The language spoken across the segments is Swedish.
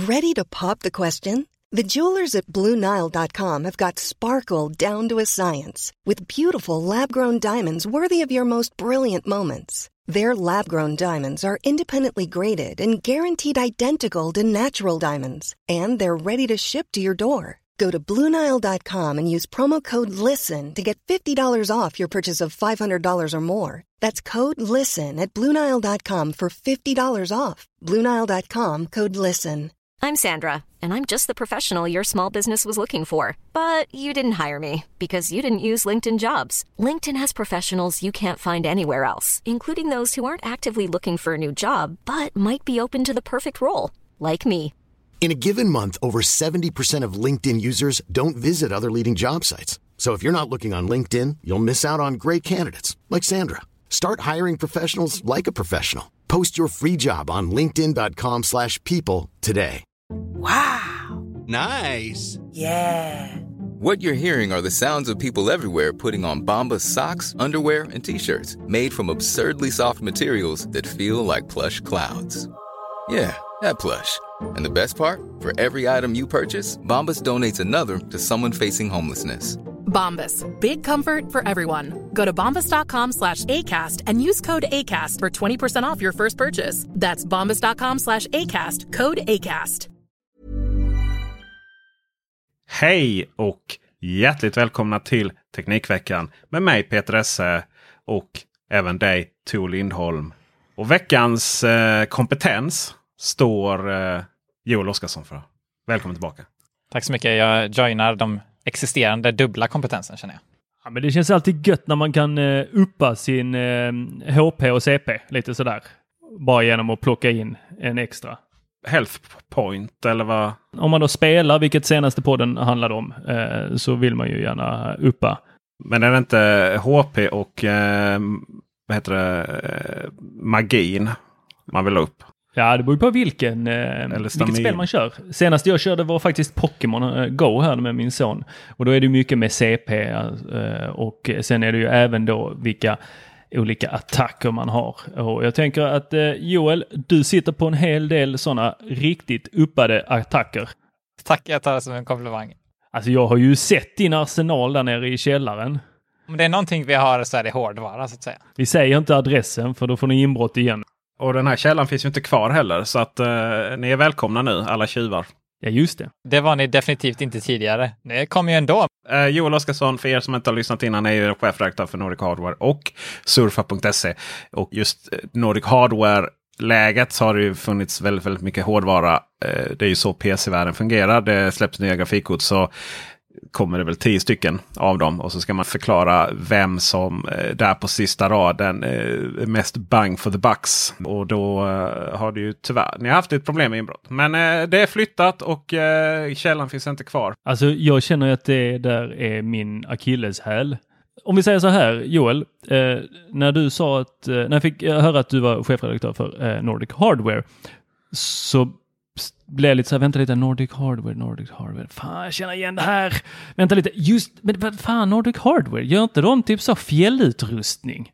Ready to pop the question? The jewelers at BlueNile.com have got sparkle down to a science with beautiful lab-grown diamonds worthy of your most brilliant moments. Their lab-grown diamonds are independently graded and guaranteed identical to natural diamonds, and they're ready to ship to your door. Go to BlueNile.com and use promo code LISTEN to get $50 off your purchase of $500 or more. That's code LISTEN at BlueNile.com for $50 off. BlueNile.com, code LISTEN. I'm Sandra, and I'm just the professional your small business was looking for. But you didn't hire me because you didn't use LinkedIn Jobs. LinkedIn has professionals you can't find anywhere else, including those who aren't actively looking for a new job, but might be open to the perfect role, like me. In a given month, over 70% of LinkedIn users don't visit other leading job sites. So if you're not looking on LinkedIn, you'll miss out on great candidates like Sandra. Start hiring professionals like a professional. Post your free job on linkedin.com/people today. Wow. Nice. Yeah. What you're hearing are the sounds of people everywhere putting on Bombas socks, underwear, and T-shirts made from absurdly soft materials that feel like plush clouds. Yeah, that plush. And the best part? For every item you purchase, Bombas donates another to someone facing homelessness. Bombas. Big comfort for everyone. Go to bombas.com/ACAST and use code ACAST for 20% off your first purchase. That's bombas.com/ACAST. Code ACAST. Hej och hjärtligt välkomna till Teknikveckan med mig Peter Esse och även dig Tor Lindholm. Och veckans kompetens står Joel Oskarsson för. Välkommen tillbaka. Tack så mycket. Jag joinar de existerande dubbla kompetensen, känner jag. Ja, men det känns alltid gött när man kan uppa sin HP och CP lite sådär. Bara genom att plocka in en extra. Health point eller vad? Om man då spelar, vilket senaste podden handlade om, så vill man ju gärna uppa. Men är det inte HP och vad heter det, magin man vill ha upp? Ja, det beror på vilket spel man kör. Senast jag körde var faktiskt Pokémon Go här med min son. Och då är det mycket med CP och sen är det ju även då vilka olika attacker man har. Och jag tänker att Joel, du sitter på en hel del sådana riktigt uppade attacker. Tack, jag tar det som en komplimang. Alltså jag har ju sett din arsenal där nere i källaren. Om det är någonting vi har så är det hårdvara, så att säga. Vi säger inte adressen för då får ni inbrott igen. Och den här källan finns ju inte kvar heller, så att ni är välkomna nu, alla tjuvar. Ja, just det. Det var ni definitivt inte tidigare. Det kommer ju ändå. Joel Oskarsson, för er som inte har lyssnat innan, är ju chefredaktör för Nordic Hardware och surfa.se. Och just Nordic Hardware-läget så har det ju funnits väldigt, väldigt mycket hårdvara. Det är ju så PC-världen fungerar. Det släpps nya grafikkort så kommer det väl 10 stycken av dem. Och så ska man förklara vem som där på sista raden är mest bang for the bucks. Och då har det ju tyvärr, ni har haft ett problem med inbrott. Men det är flyttat och källan finns inte kvar. Alltså jag känner att det där är min akilleshäl. Om vi säger så här, Joel, när du sa att, när jag fick höra att du var chefredaktör för Nordic Hardware, så blev jag lite så här, vänta lite, Nordic Hardware. Fan, jag känner igen det här. Vänta lite, men vad fan, Nordic Hardware, gör inte de typ så fjällutrustning?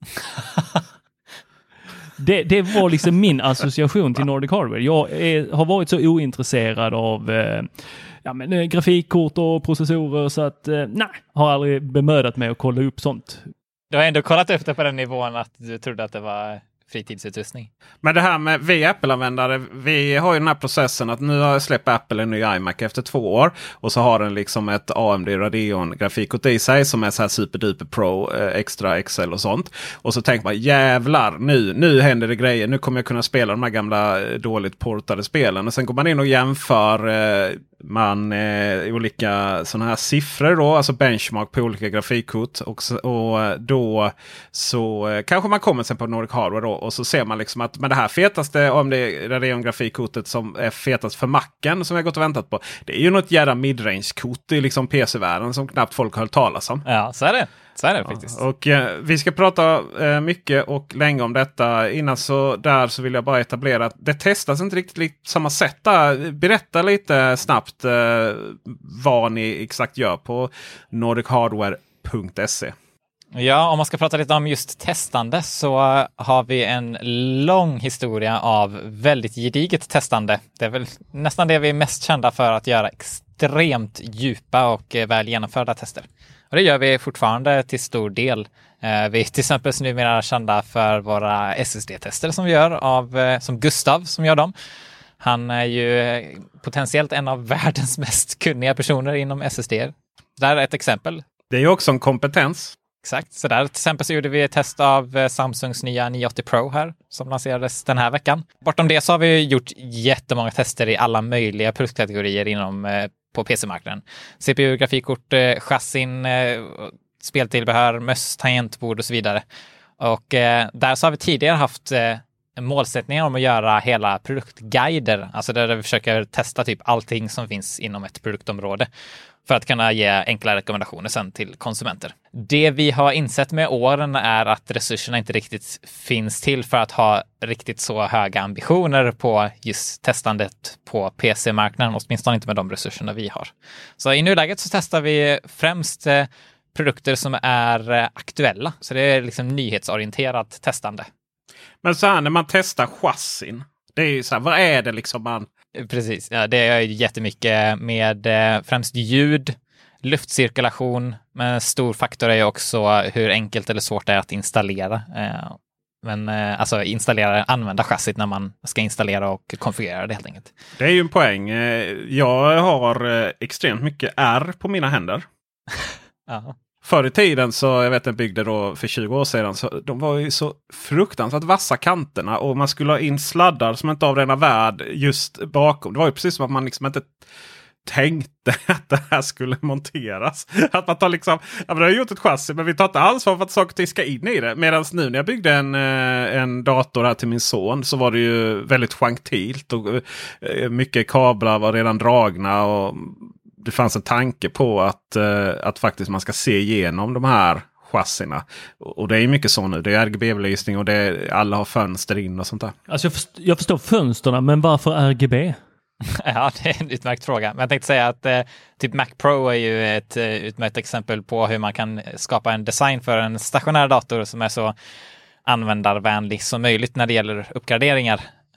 det var liksom min association till Nordic Hardware. Jag har varit så ointresserad av grafikkort och processorer så att har aldrig bemödat mig att kolla upp sånt. Du har ändå kollat upp det på den nivån att du trodde att det var fritidsutrustning. Men det här med vi Apple-användare, vi har ju den här processen att nu har släppt Apple en ny iMac efter 2 år och så har den liksom ett AMD Radeon grafikkort i sig som är så här superduper Pro, extra XL och sånt. Och så tänker man, jävlar, nu händer det grejer. Nu kommer jag kunna spela de här gamla dåligt portade spelen. Och sen går man in och jämför olika sådana här siffror då, alltså benchmark på olika grafikkort och då så kanske man kommer sen på Nordic Hardware då, och så ser man liksom att men det här fetaste, om det är Radeon grafikkortet som är fetast för Macen som jag gått och väntat på, det är ju något jävla midrange-kort i liksom PC-världen som knappt folk har hört talas om. Ja, så är det. Så är det faktiskt. Och vi ska prata mycket och länge om detta. Innan så vill jag bara etablera att det testas inte riktigt samma sätt där. Berätta lite snabbt vad ni exakt gör på nordichardware.se. Ja, om man ska prata lite om just testande så har vi en lång historia av väldigt gediget testande. Det är väl nästan det vi är mest kända för, att göra extremt djupa och väl genomförda tester. Och det gör vi fortfarande till stor del. Vi är till exempel numera kända för våra SSD-tester som vi gör som Gustav som gör dem. Han är ju potentiellt en av världens mest kunniga personer inom SSD. Det här är ett exempel. Det är ju också en kompetens. Exakt, så där till exempel så gjorde vi ett test av Samsungs nya 980 Pro här som lanserades den här veckan. Bortom det så har vi gjort jättemånga tester i alla möjliga produktkategorier på PC-marknaden. CPU, grafikkort, chassin, speltillbehör, möss, tangentbord och så vidare. Och där så har vi tidigare haft en målsättning om att göra hela produktguider, alltså där vi försöker testa typ allting som finns inom ett produktområde för att kunna ge enkla rekommendationer sen till konsumenter. Det vi har insett med åren är att resurserna inte riktigt finns till för att ha riktigt så höga ambitioner på just testandet på PC-marknaden, åtminstone inte med de resurserna vi har. Så i nuläget så testar vi främst produkter som är aktuella, så det är liksom nyhetsorienterat testande. Men så här, när man testar chassin, det är ju så här, vad är det liksom man... Precis, ja, det är jättemycket med främst ljud, luftcirkulation, men en stor faktor är ju också hur enkelt eller svårt det är att installera. Alltså använda chassit när man ska installera och konfigurera det helt enkelt. Det är ju en poäng. Jag har extremt mycket R på mina händer. Ja. Förr i tiden så, jag vet, jag byggde då för 20 år sedan, så de var ju så fruktansvärt vassa kanterna och man skulle ha in sladdar som inte av denna värld just bakom. Det var ju precis som att man liksom inte tänkte att det här skulle monteras. Att man tar liksom, ja, men jag har gjort ett chassi men vi tar inte ansvar för att saker och ting ska in i det. Medan nu när jag byggde en dator här till min son så var det ju väldigt gentilt och mycket kablar var redan dragna och det fanns en tanke på att faktiskt man ska se igenom de här chassina. Och det är mycket så nu. Det är RGB-belysning och alla har fönster in och sånt där. Alltså jag förstår fönsterna, men varför RGB? Ja, det är en utmärkt fråga. Men jag tänkte säga att typ Mac Pro är ju ett utmärkt exempel på hur man kan skapa en design för en stationär dator som är så användarvänlig som möjligt när det gäller uppgraderingar.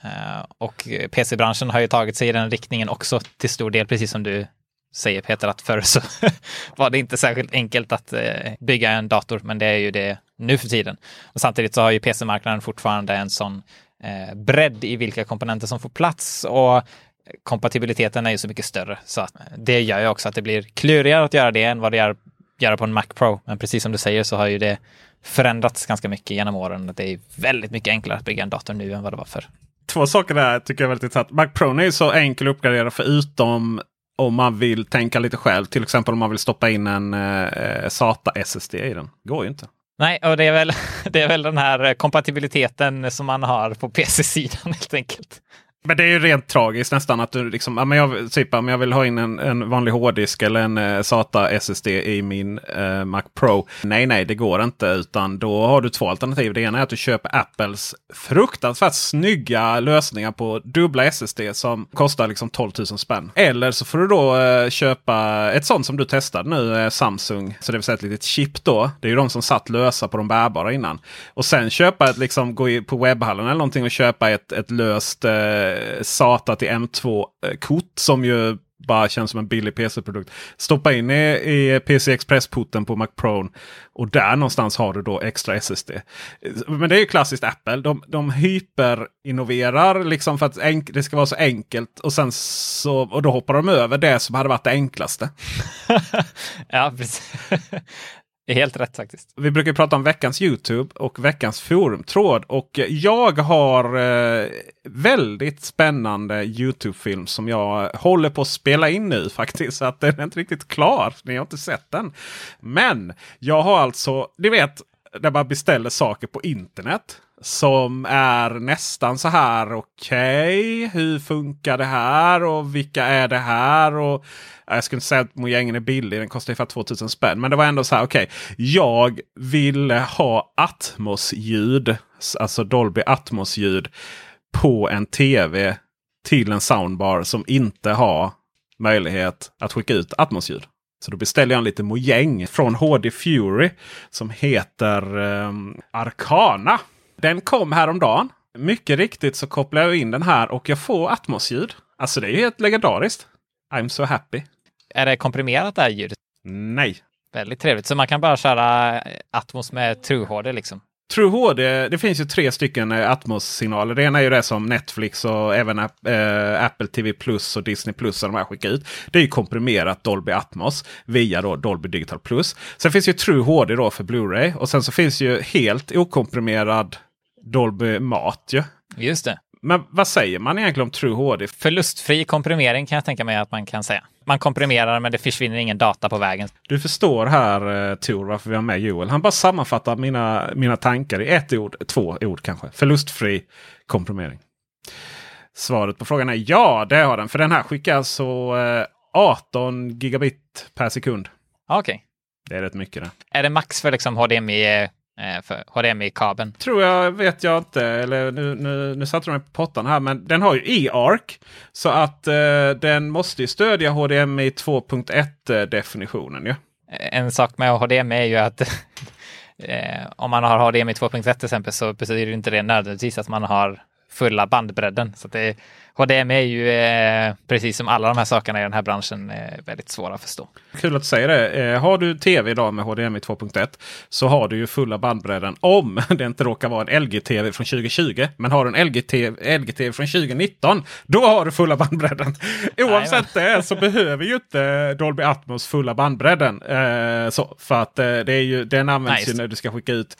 Och PC-branschen har ju tagit sig i den riktningen också till stor del, precis som du säger Peter, att förr så var det inte särskilt enkelt att bygga en dator, men det är ju det nu för tiden. Och samtidigt så har ju PC-marknaden fortfarande en sån bredd i vilka komponenter som får plats och kompatibiliteten är ju så mycket större, så att det gör ju också att det blir klurigare att göra det än vad det är att göra på en Mac Pro. Men precis som du säger så har ju det förändrats ganska mycket genom åren. Det är väldigt mycket enklare att bygga en dator nu än vad det var förr. Två saker där tycker jag är väldigt intressant. Mac Pro är ju så enkel att uppgradera förutom om man vill tänka lite själv. Till exempel om man vill stoppa in en SATA SSD i den. Går ju inte. Nej, och det är väl den här kompatibiliteten som man har på PC-sidan helt enkelt. Men det är ju rent tragiskt nästan att du liksom, om jag vill ha in en vanlig hårddisk eller en SATA SSD i min Mac Pro. Nej, det går inte, utan då har du två alternativ. Det ena är att du köper Apples fruktansvärt snygga lösningar på dubbla SSD som kostar liksom 12 000 spänn. Eller så får du då köpa ett sånt som du testade nu, Samsung. Så det vill säga ett litet chip då. Det är ju de som satt lösa på de bärbara innan. Och sen köpa ett, liksom gå på webbhallen eller någonting och köpa ett löst SATA till M2-kort som ju bara känns som en billig PC-produkt. Stoppa in i PC Express-porten på Mac Pro och där någonstans har du då extra SSD. Men det är ju klassiskt Apple. De hyper-innoverar liksom för att det ska vara så enkelt och då hoppar de över det som hade varit det enklaste. Ja, precis. Det är helt rätt faktiskt. Vi brukar prata om veckans YouTube och veckans forumtråd. Och jag har väldigt spännande YouTube-film som jag håller på att spela in nu faktiskt. Så att den är inte riktigt klar. Ni har inte sett den. Men jag har alltså, ni vet, där man beställer saker på internet. Som är nästan så här, okej, hur funkar det här och vilka är det här? Och jag skulle inte säga att Mojängen är billig, den kostar ungefär 2000 spänn. Men det var ändå så här, okej, jag ville ha Atmos-ljud, alltså Dolby Atmos-ljud på en tv till en soundbar som inte har möjlighet att skicka ut Atmos-ljud. Så då beställde jag en liten mojäng från HD Fury som heter Arcana. Den kom häromdagen. Mycket riktigt så kopplar jag in den här och jag får Atmos-ljud. Alltså det är helt legendariskt. I'm so happy. Är det komprimerat det här ljudet? Nej. Väldigt trevligt. Så man kan bara köra Atmos med True HD liksom? True HD, det finns ju 3 stycken Atmos-signaler. Det ena är ju det som Netflix och även Apple TV Plus och Disney Plus och de här skickar ut. Det är ju komprimerat Dolby Atmos via då Dolby Digital Plus. Sen finns ju True HD då för Blu-ray. Och sen så finns ju helt okomprimerad Dolby Mat ju. Just det. Men vad säger man egentligen om True HD? Förlustfri komprimering kan jag tänka mig att man kan säga. Man komprimerar men det försvinner ingen data på vägen. Du förstår här Tor varför vi har med Joel. Han bara sammanfattar mina tankar i 2 ord kanske. Förlustfri komprimering. Svaret på frågan är ja, det har den. För den här skickar alltså 18 gigabit per sekund. Okej. Det är rätt mycket det. Är det max för liksom HDMI-kabeln? Tror jag, vet jag inte. Eller nu satte de mig på pottan här. Men den har ju eARC. Så att den måste ju stödja HDMI 2.1-definitionen ju. En sak med HDMI är ju att om man har HDMI 2.1 till exempel så betyder inte det nödvändigtvis att man har fulla bandbredden. Så att HDMI är ju precis som alla de här sakerna i den här branschen väldigt svåra att förstå. Kul att säga det. Har du tv idag med HDMI 2.1 så har du ju fulla bandbredden om det inte råkar vara en LG-tv från 2020. Men har du en LG-tv från 2019 då har du fulla bandbredden. Oavsett det så behöver ju inte Dolby Atmos fulla bandbredden. För att det är ju, den används ju när du ska skicka ut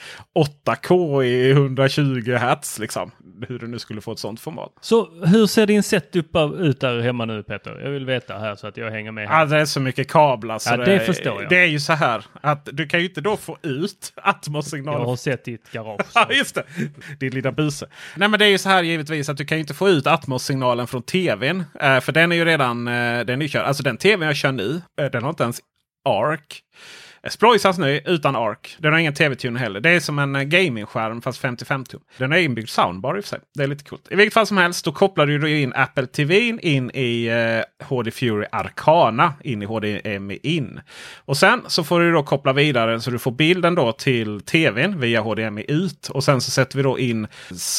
8K i 120 Hz liksom. Hur du nu skulle få ett sånt format. Så hur ser din setup ut där hemma nu Peter? Jag vill veta här så att jag hänger med här. Ja, det är så mycket kablar. Så det förstår jag. Det är ju så här att du kan ju inte då få ut Atmos-signaler. Jag har sett ditt garage. Ja, just det. Din lilla buse. Nej, men det är ju så här givetvis att du kan ju inte få ut Atmos-signalen från tvn. För den är ju redan den är körd. Alltså den tvn jag kör nu, den har inte ens ARC. Sproisas nu utan ARC. Den har ingen tv-tuner heller. Det är som en gaming-skärm fast 55 tum. Den är inbyggd soundbar i och för sig. Det är lite coolt. I vilket fall som helst då kopplar du in Apple TV in i HD Fury Arcana in i HDMI in. Och sen så får du då koppla vidare så du får bilden då till tvn via HDMI ut. Och sen så sätter vi då in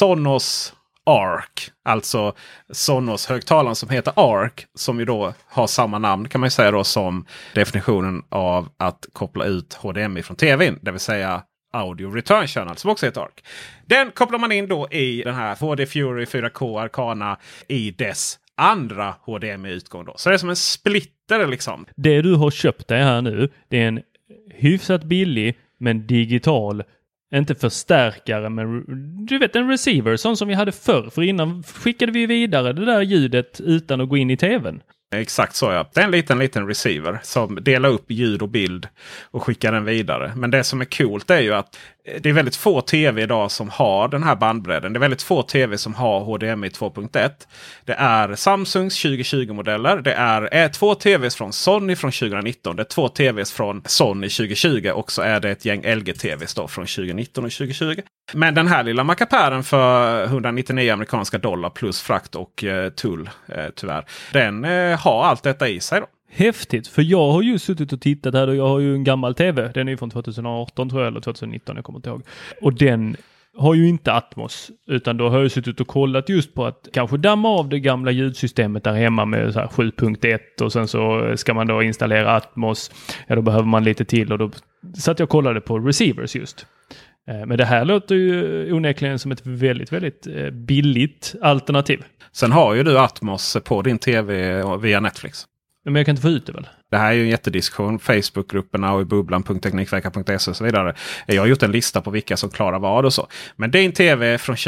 Sonos ARC, alltså Sonos högtalaren som heter ARC, som ju då har samma namn kan man ju säga då som definitionen av att koppla ut HDMI från tvn, det vill säga Audio Return Channel som också heter ARC. Den kopplar man in då i den här HD Fury 4K Arcana i dess andra HDMI-utgång då. Så det är som en splitter liksom. Det du har köpt dig här nu, det är en hyfsat billig men digital, inte förstärkare, men du vet en receiver, sån som vi hade förr. För innan skickade vi vidare det där ljudet utan att gå in i tvn. Exakt så ja. Det är en liten receiver som delar upp ljud och bild och skickar den vidare. Men det som är coolt är ju att det är väldigt få tv idag som har den här bandbredden. Det är väldigt få tv som har HDMI 2.1. Det är Samsungs 2020-modeller. Det är 2 tvs från Sony från 2019. Det är 2 tvs från Sony 2020. Och så är det ett gäng LG-tvs då från 2019 och 2020. Men den här lilla mackapären för 199 amerikanska dollar plus frakt och tull tyvärr. Den har allt detta i sig då. Häftigt, för jag har ju suttit och tittat här och jag har ju en gammal tv. Den är ju från 2018 tror jag, eller 2019, jag kommer inte ihåg. Och den har ju inte Atmos, utan då har jag suttit och kollat just på att kanske damma av det gamla ljudsystemet där hemma med så här 7.1 och sen så ska man då installera Atmos. Ja, då behöver man lite till och då satt jag och kollade på receivers just. Men det här låter ju onekligen som ett väldigt, väldigt billigt alternativ. Sen har ju du Atmos på din tv via Netflix. Men jag kan inte få ut det väl? Det här är ju en jättediskussion. Facebookgrupperna och i bubblan.teknikvecka.se och så vidare. Jag har gjort en lista på vilka som klarar vad och så. Men din tv från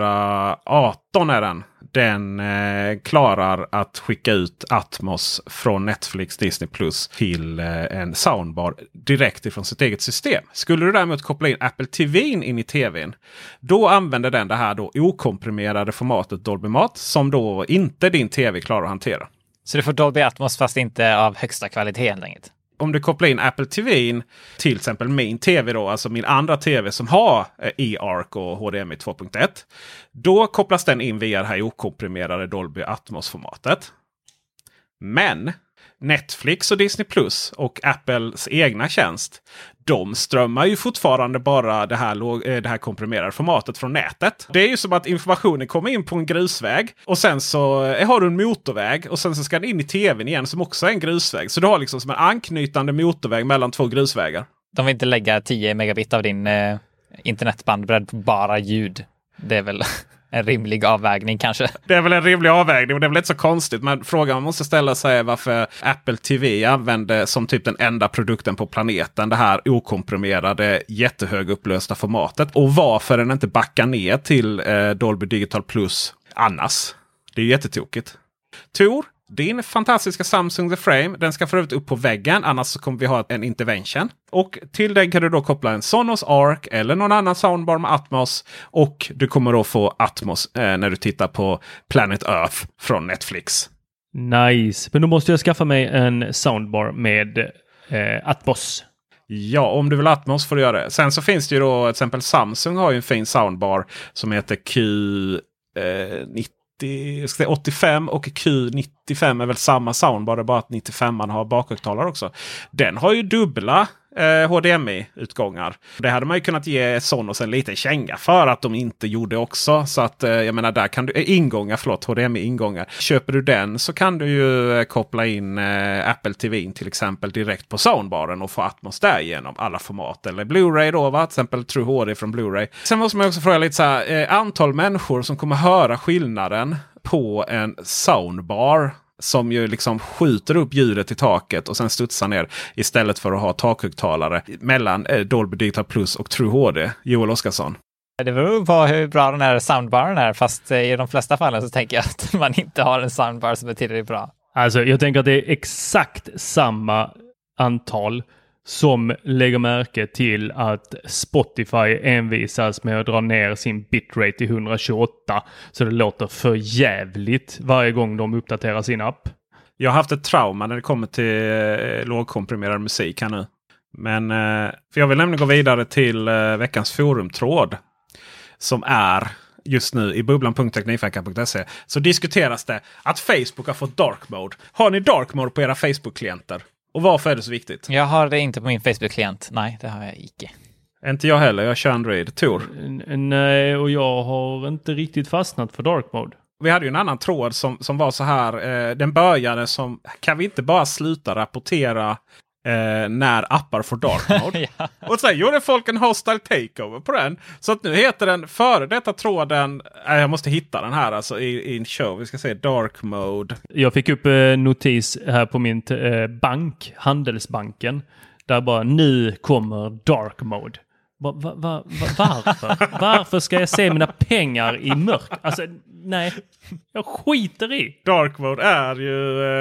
2018 är den. Den klarar att skicka ut Atmos från Netflix, Disney Plus till en soundbar direkt ifrån sitt eget system. Skulle du däremot koppla in Apple TV in i tvn, då använder den det här då okomprimerade formatet Dolby Mat som då inte din tv klarar att hantera. Så du får Dolby Atmos fast inte av högsta kvalitet helt enkelt? Om du kopplar in Apple TV in till exempel min tv då, alltså min andra tv som har eARC och HDMI 2.1. Då kopplas den in via det här okomprimerade Dolby Atmos-formatet. Men Netflix och Disney Plus och Apples egna tjänst, de strömmar ju fortfarande bara det här komprimerade formatet från nätet. Det är ju som att informationen kommer in på en grusväg och sen så har du en motorväg och sen så ska den in i tvn igen som också är en grusväg. Så du har liksom som en anknytande motorväg mellan två grusvägar. De vill inte lägga 10 megabit av din internetbandbredd på bara ljud. Det är väl en rimlig avvägning kanske. Det är väl en rimlig avvägning och det är väl inte så konstigt. Men frågan man måste ställa sig är varför Apple TV använder som typ den enda produkten på planeten det här okomprimerade jättehögupplösta formatet. Och varför den inte backar ner till Dolby Digital Plus annars. Det är jättetokigt. Tor, din fantastiska Samsung The Frame, den ska förut upp på väggen, annars så kommer vi ha en intervention. Och till den kan du då koppla en Sonos Arc eller någon annan soundbar med Atmos. Och du kommer då få Atmos när du tittar på Planet Earth från Netflix. Nice, men då måste jag skaffa mig en soundbar med Atmos. Ja, om du vill Atmos får du göra det. Sen så finns det ju då, till exempel Samsung har ju en fin soundbar som heter Q85 och Q95 är väl samma soundbar, bara att 95an har bakhögtalare också. Den har ju dubbla HDMI-utgångar. Det hade man ju kunnat ge Sonos en liten känga för att de inte gjorde också. Så att jag menar, där kan du HDMI-ingångar. Köper du den så kan du ju koppla in Apple TV till exempel direkt på soundbaren och få Atmos där genom alla format. Eller Blu-ray då, va? Till exempel True HD från Blu-ray. Sen måste man också fråga lite så här, antal människor som kommer höra skillnaden på en soundbar som ju liksom skjuter upp ljudet i taket och sen studsar ner istället för att ha takhögtalare mellan Dolby Digital Plus och True HD. Joel Oskarsson. Det beror på hur bra den här soundbaren är, fast i de flesta fallen så tänker jag att man inte har en soundbar som är tillräckligt bra. Alltså jag tänker att det är exakt samma antal som lägger märke till att Spotify envisas med att dra ner sin bitrate till 128 så det låter för jävligt varje gång de uppdaterar sin app. Jag har haft ett trauma när det kommer till lågkomprimerad musik här nu. Men för jag vill nämligen gå vidare till veckans forumtråd som är just nu i bubblan.teknikveckan.se. Så diskuteras det att Facebook har fått dark mode. Har ni dark mode på era Facebook-klienter? Och varför är det så viktigt? Jag har det inte på min Facebook-klient. Nej, det har jag icke. Inte jag heller. Jag kör Android. Tor? Nej, och jag har inte riktigt fastnat för dark mode. Vi hade ju en annan tråd som var så här. Den började som, kan vi inte bara sluta rapportera när appar får dark mode? Ja. Och så gjorde folk en hostile takeover på den. Så att nu heter den före detta tråden, jag måste hitta den här alltså i en show. Vi ska se dark mode. Jag fick upp notis här på min bank, Handelsbanken. Där bara nu kommer dark mode. Varför? Varför ska jag se mina pengar i mörk? Alltså, nej. Jag skiter i. Dark mode är ju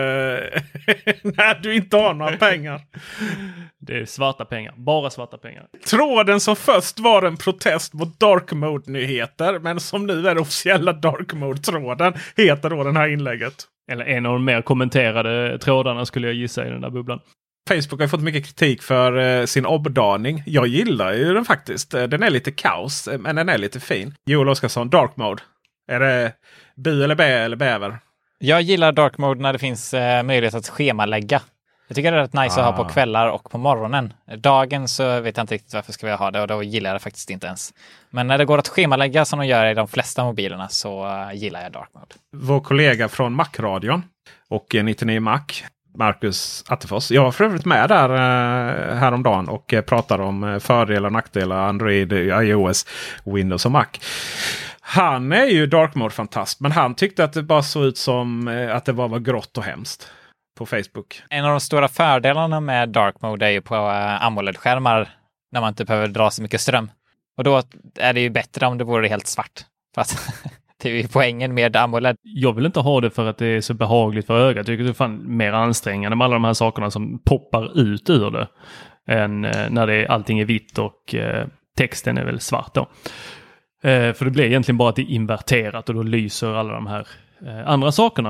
när du inte har några pengar. Det är svarta pengar. Bara svarta pengar. Tråden som först var en protest mot dark mode-nyheter, men som nu är officiella dark mode-tråden, heter då den här inlägget. Eller en av de mer kommenterade trådarna skulle jag gissa i den där bubblan. Facebook har fått mycket kritik för sin obdaning. Jag gillar ju den faktiskt. Den är lite kaos, men den är lite fin. Joel Oskarsson, dark mode. Är det bu eller bä eller bäver? Jag gillar dark mode när det finns möjlighet att schemalägga. Jag tycker det är rätt nice att ha på kvällar och på morgonen. Dagen så vet jag inte riktigt varför ska vi ha det och då gillar jag det faktiskt inte ens. Men när det går att schemalägga som de gör i de flesta mobilerna så gillar jag dark mode. Vår kollega från Mac-radion och 99 Mac, Marcus Attefors. Jag var för övrigt med där häromdagen och pratade om fördelar och nackdelar Android, iOS, Windows och Mac. Han är ju dark mode-fantast, men han tyckte att det bara såg ut som att det var grått och hemskt på Facebook. En av de stora fördelarna med dark mode är ju på AMOLED-skärmar när man inte behöver dra så mycket ström. Och då är det ju bättre om det vore helt svart. För att det är ju poängen med AMOLED. Jag vill inte ha det för att det är så behagligt för ögat. Jag tycker det är fan mer ansträngande med alla de här sakerna som poppar ut ur det än när allting är vitt och texten är väl svart då. För det blir egentligen bara att det är inverterat och då lyser alla de här andra sakerna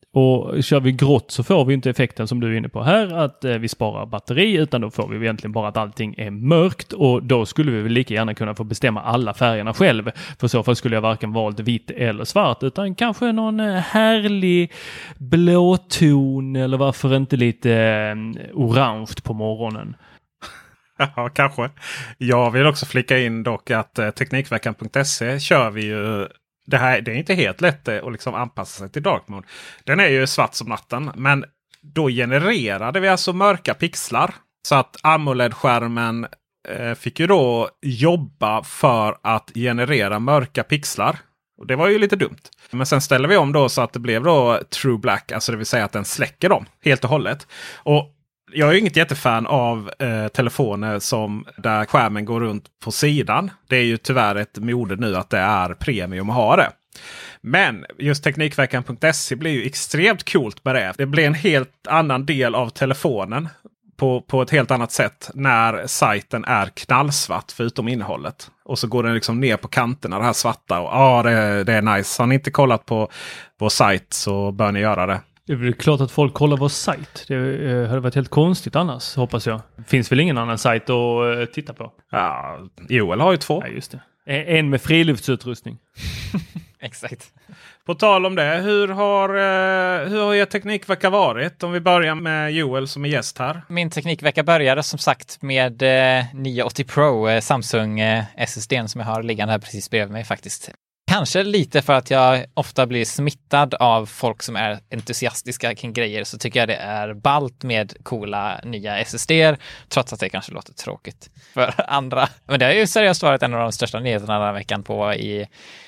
Och kör vi grått så får vi inte effekten som du är inne på här, att vi sparar batteri, utan då får vi egentligen bara att allting är mörkt, och då skulle vi väl lika gärna kunna få bestämma alla färgerna själv. För så fall skulle jag varken valt vitt eller svart, utan kanske någon härlig blåton, eller varför inte lite orange på morgonen. Ja, kanske. Jag vill också flika in dock att Teknikveckan.se kör vi ju. Det är inte helt lätt att liksom anpassa sig till dark mode. Den är ju svart som natten. Men då genererade vi alltså mörka pixlar. Så att AMOLED-skärmen fick ju då jobba för att generera mörka pixlar. Och det var ju lite dumt. Men sen ställer vi om då så att det blev då True Black. Alltså det vill säga att den släcker dem helt och hållet. Och jag är inget jättefan av telefoner där skärmen går runt på sidan. Det är ju tyvärr ett mode nu att det är premium att ha det. Men just Teknikveckan.se blir ju extremt coolt med det. Det blir en helt annan del av telefonen på ett helt annat sätt när sajten är knallsvart förutom innehållet. Och så går den liksom ner på kanterna, det här svarta. Och det är nice. Har ni inte kollat på vår sajt så bör ni göra det. Det är klart att folk kollar vår sajt. Det hade varit helt konstigt annars, hoppas jag. Finns väl ingen annan sajt att titta på? Ja, Joel har ju 2. Ja, just det. En med friluftsutrustning. Exakt. På tal om det, hur har er teknikvecka varit? Om vi börjar med Joel som är gäst här. Min teknikvecka började som sagt med 980 Pro, Samsung SSD:n som jag har liggande här precis bredvid mig faktiskt. Kanske lite för att jag ofta blir smittad av folk som är entusiastiska kring grejer, så tycker jag det är ballt med coola nya SSD:er, trots att det kanske låter tråkigt för andra. Men det har ju seriöst varit en av de största nyheterna den här veckan i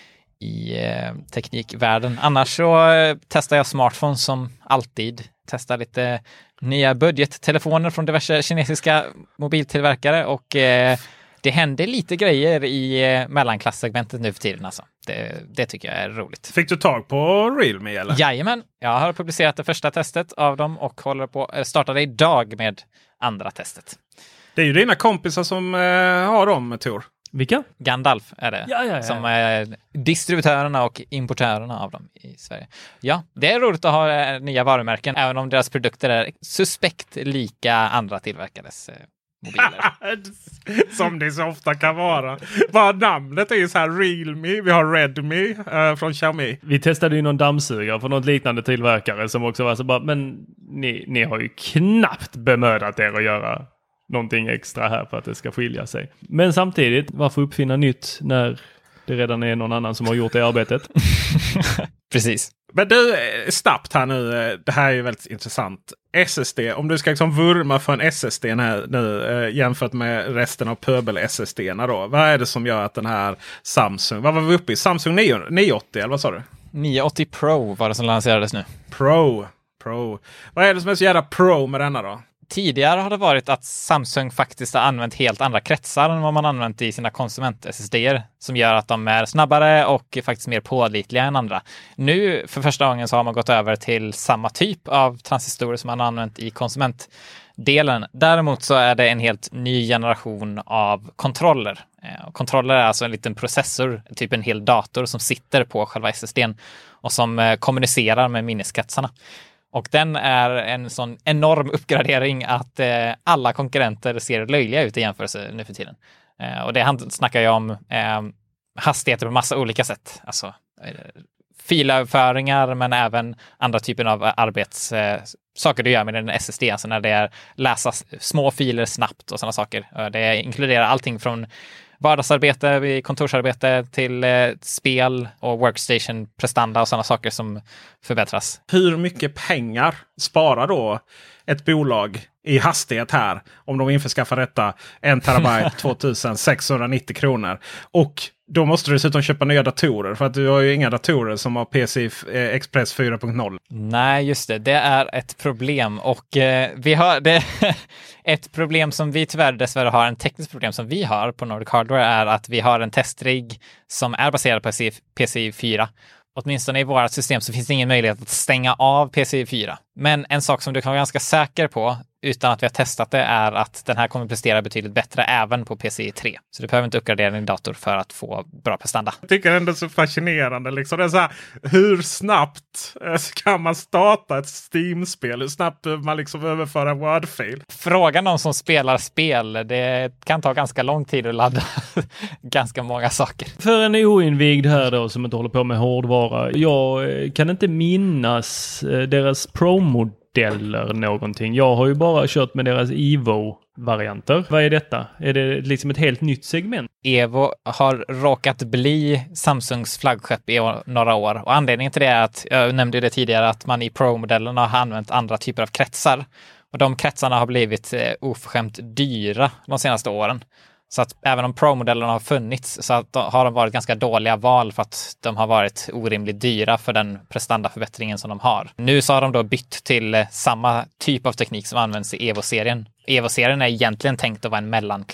teknikvärlden. Annars så testar jag smartphones som alltid. Testar lite nya budgettelefoner från diverse kinesiska mobiltillverkare och det händer lite grejer i mellanklasssegmentet nu för tiden alltså. Det tycker jag är roligt. Fick du tag på Realme eller? Jajamän, jag har publicerat det första testet av dem och startade idag med andra testet. Det är ju dina kompisar som har dem, Tor. Vilka? Gandalf är det. Ja. Som är distributörerna och importörerna av dem i Sverige. Ja, det är roligt att ha nya varumärken, även om deras produkter är suspekt lika andra tillverkares mobiler. Som det så ofta kan vara. Bara namnet är ju så här Realme. Vi har Redmi från Xiaomi. Vi testade ju någon dammsugare från något liknande tillverkare som också var så bara, men ni har ju knappt bemödat er att göra någonting extra här för att det ska skilja sig. Men samtidigt, varför uppfinna nytt när det redan är någon annan som har gjort det arbetet? Precis. Men du, snabbt här nu. Det här är ju väldigt intressant. SSD, om du ska liksom vurma för en SSD här nu jämfört med resten av pöbel-SSD-erna då. Vad är det som gör att den här Samsung, vad var vi uppe i? Samsung 980 eller vad sa du? 980 Pro var det som lanserades nu. Pro. Vad är det som är så jävla pro med denna då? Tidigare har det varit att Samsung faktiskt har använt helt andra kretsar än vad man använt i sina konsument-SSD:er, som gör att de är snabbare och faktiskt mer pålitliga än andra. Nu för första gången så har man gått över till samma typ av transistorer som man har använt i konsumentdelen. Däremot så är det en helt ny generation av kontroller. Kontroller är alltså en liten processor, typ en hel dator som sitter på själva SSD:n och som kommunicerar med minneskretsarna. Och den är en sån enorm uppgradering att alla konkurrenter ser löjliga ut i jämförelse nu för tiden. Och det snackar jag om hastigheter på massa olika sätt. Alltså filöverföringar, men även andra typer av saker du gör med en SSD. Alltså när det är läsa små filer snabbt och sådana saker. Det inkluderar allting från vardagsarbete, kontorsarbete till spel och workstation-prestanda och sådana saker som förbättras. Hur mycket pengar sparar då ett bolag i hastighet här om de införskaffar detta 1 terabyte 2690 kronor? Och då måste du dessutom köpa nya datorer, för att du har ju inga datorer som har PCI Express 4.0. Nej, just det. Det är ett problem och vi har det ett problem som vi tyvärr dessvärre har, en tekniskt problem som vi har på Nordic Hardware, är att vi har en testrigg som är baserad på PCI 4. Åtminstone i vårt system så finns det ingen möjlighet att stänga av PCI 4. Men en sak som du kan vara ganska säker på utan att vi har testat det är att den här kommer prestera betydligt bättre även på PCIe 3. Så du behöver inte uppgradera din dator för att få bra prestanda. Jag tycker ändå så fascinerande. Liksom. Det är så här, hur snabbt kan man starta ett Steam-spel? Hur snabbt man liksom överföra en Word-fil? Frågan om som spelar spel, det kan ta ganska lång tid att ladda ganska många saker. För en oinvigd här då som inte håller på med hårdvara. Jag kan inte minnas deras Pro-modeller någonting. Jag har ju bara kört med deras Evo-varianter. Vad är detta? Är det liksom ett helt nytt segment? Evo har råkat bli Samsungs flaggskepp i några år. Och anledningen till det är att, jag nämnde det tidigare, att man i Pro-modellerna har använt andra typer av kretsar. Och de kretsarna har blivit oförskämt dyra de senaste åren. Så att även om Pro-modellerna har funnits så har de varit ganska dåliga val för att de har varit orimligt dyra för den prestandaförbättringen som de har. Nu så har de då bytt till samma typ av teknik som används i Evo-serien. Evo-serien är egentligen tänkt att vara en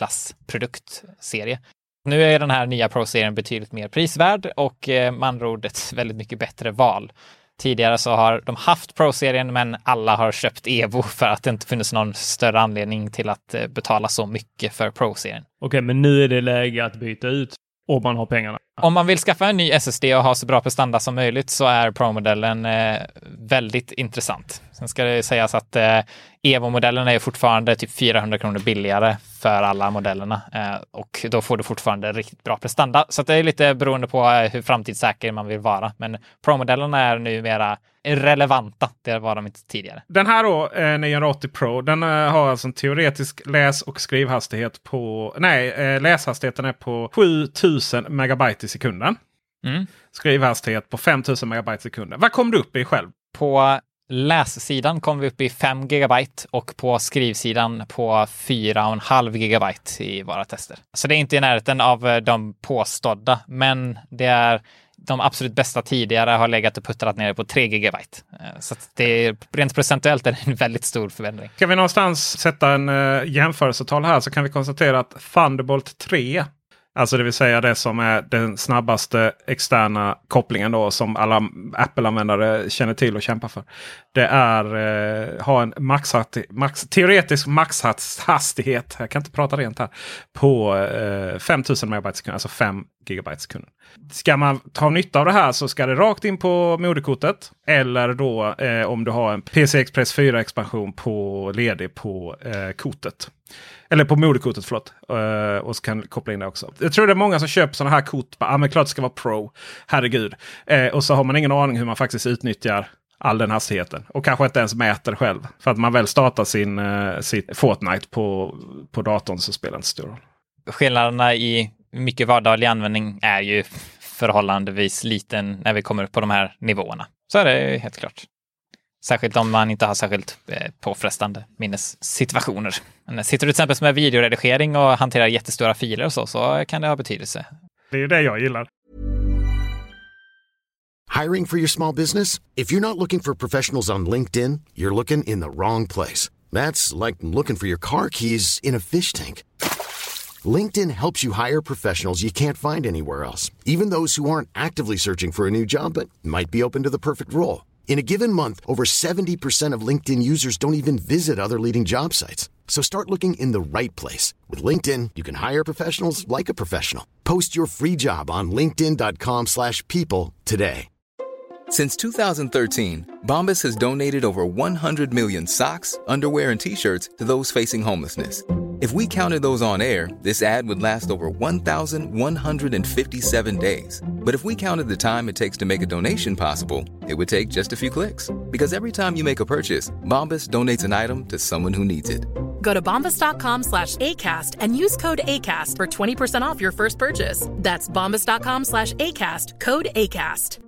mellanklassproduktserie. Nu är den här nya Pro-serien betydligt mer prisvärd och med andra ord ett väldigt mycket bättre val. Tidigare så har de haft Pro-serien men alla har köpt Evo för att det inte funnits någon större anledning till att betala så mycket för Pro-serien. Okej, men nu är det läge att byta ut om man har pengarna. Om man vill skaffa en ny SSD och ha så bra prestanda som möjligt så är Pro-modellen väldigt intressant. Sen ska det sägas att Evo-modellen är fortfarande typ 400 kronor billigare för alla modellerna och då får du fortfarande riktigt bra prestanda. Så att det är lite beroende på hur framtidssäker man vill vara. Men Pro-modellerna är nu mera relevanta. Det var de inte tidigare. Den här då, 980 Pro, den har alltså en teoretisk läs- och skrivhastighet på... Nej, läshastigheten är på 7000 megabyte i sekunden. Skrivhastighet på 5000 megabyte i sekunden. Vad kom du upp i själv? På lässidan kom vi upp i 5 gigabyte och på skrivsidan på 4,5 gigabyte i våra tester. Så det är inte i närheten av de påstådda, men det är de absolut bästa tidigare har legat och puttrat ner på 3 gigabyte. Så att det är, rent procentuellt är det en väldigt stor förändring. Kan vi någonstans sätta en jämförelsetal här så kan vi konstatera att Thunderbolt 3, alltså det vill säga det som är den snabbaste externa kopplingen då som alla Apple-användare känner till och kämpar för. Det är har en teoretisk maxhastighet, jag kan inte prata rent här, på 5000 megabyte sekund, alltså 5 gigabyte sekunden. Ska man ta nytta av det här så ska det rakt in på moderkortet eller då om du har en PCI Express 4-expansion på ledig på kortet. Eller på moderkortet, förlåt. Och så kan koppla in det också. Jag tror det är många som köper sådana här kort. Men klart det ska vara Pro. Herregud. Och så har man ingen aning hur man faktiskt utnyttjar all den hastigheten. Och kanske inte ens mäter själv. För att man väl startar sitt Fortnite på datorn så spelar det inte stor roll. Skillnaderna i mycket vardaglig användning är ju förhållandevis liten när vi kommer upp på de här nivåerna. Så är det helt klart. Särskilt om man inte har särskilt påfrestande minnessituationer. Men sitter du till exempel med videoredigering och hanterar jättestora filer och så kan det ha betydelse. Det är ju det jag gillar. Hiring for your small business? If you're not looking for professionals on LinkedIn, you're looking in the wrong place. That's like looking for your car keys in a fish tank. LinkedIn helps you hire professionals you can't find anywhere else, even those who aren't actively searching for a new job but might be open to the perfect role. In a given month, over 70% of LinkedIn users don't even visit other leading job sites. So start looking in the right place. With LinkedIn, you can hire professionals like a professional. Post your free job on linkedin.com/people today. Since 2013, Bombas has donated over 100 million socks, underwear, and T-shirts to those facing homelessness. If we counted those on air, this ad would last over 1,157 days. But if we counted the time it takes to make a donation possible, it would take just a few clicks. Because every time you make a purchase, Bombas donates an item to someone who needs it. Go to bombas.com/ACAST and use code ACAST for 20% off your first purchase. That's bombas.com/ACAST, code ACAST.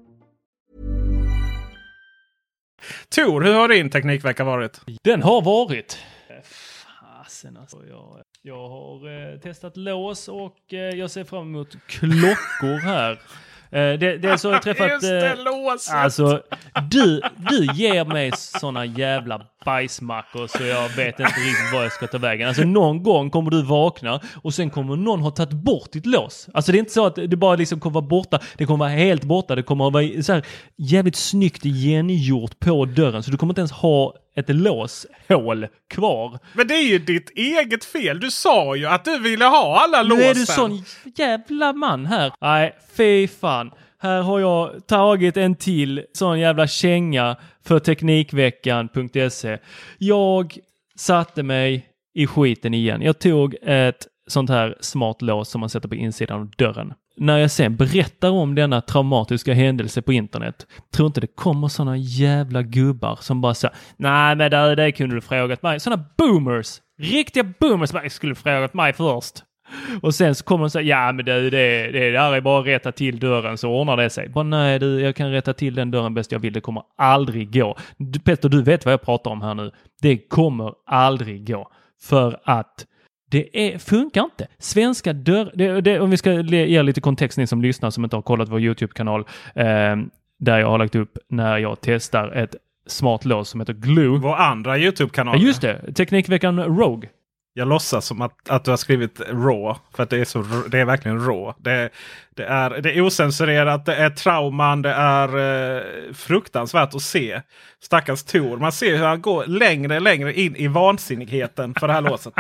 Tor, hur har din teknikvecka varit? Den har varit... Fasen alltså. Jag har testat lås och jag ser fram emot klockor här. Det så har jag träffat... Just det, låset! Alltså, du ger mig såna jävla bajsmackor så jag vet inte riktigt vad jag ska ta vägen. Alltså någon gång kommer du vakna och sen kommer någon ha tagit bort ditt lås. Alltså det är inte så att det bara liksom kommer vara borta. Det kommer vara helt borta. Det kommer vara så här jävligt snyggt igengjort på dörren. Så du kommer inte ens ha ett låshål kvar. Men det är ju ditt eget fel. Du sa ju att du ville ha alla låsen. Nu är du sån jävla man här. Nej, fy fan. Här har jag tagit en till sån jävla känga för Teknikveckan.se. Jag satte mig i skiten igen. Jag tog ett sånt här smart lås som man sätter på insidan av dörren. När jag sen berättar om denna traumatiska händelse på internet, tror inte det kommer såna jävla gubbar som bara säger, nej men det kunde du frågat mig. Såna boomers, riktiga boomers, jag skulle frågat mig först. Och sen så kommer de säga, ja men det där är bara att rätta till dörren så ordnar det sig. Bara nej du, jag kan rätta till den dörren bäst jag vill, det kommer aldrig gå. Petter, du vet vad jag pratar om här nu. Det kommer aldrig gå. För att funkar inte. Svenska om vi ska ge lite kontext ni som lyssnar som inte har kollat vår YouTube-kanal där jag har lagt upp när jag testar ett smart lås som heter Glue. Vår andra YouTube-kanal. Ja, just det. Teknikveckan Rogue. Jag låtsas som att du har skrivit raw. För att det är verkligen raw. Det är osensurerat, det är trauman, det är fruktansvärt att se. Stackars Tor. Man ser hur han går längre in i vansinnigheten för det här låset.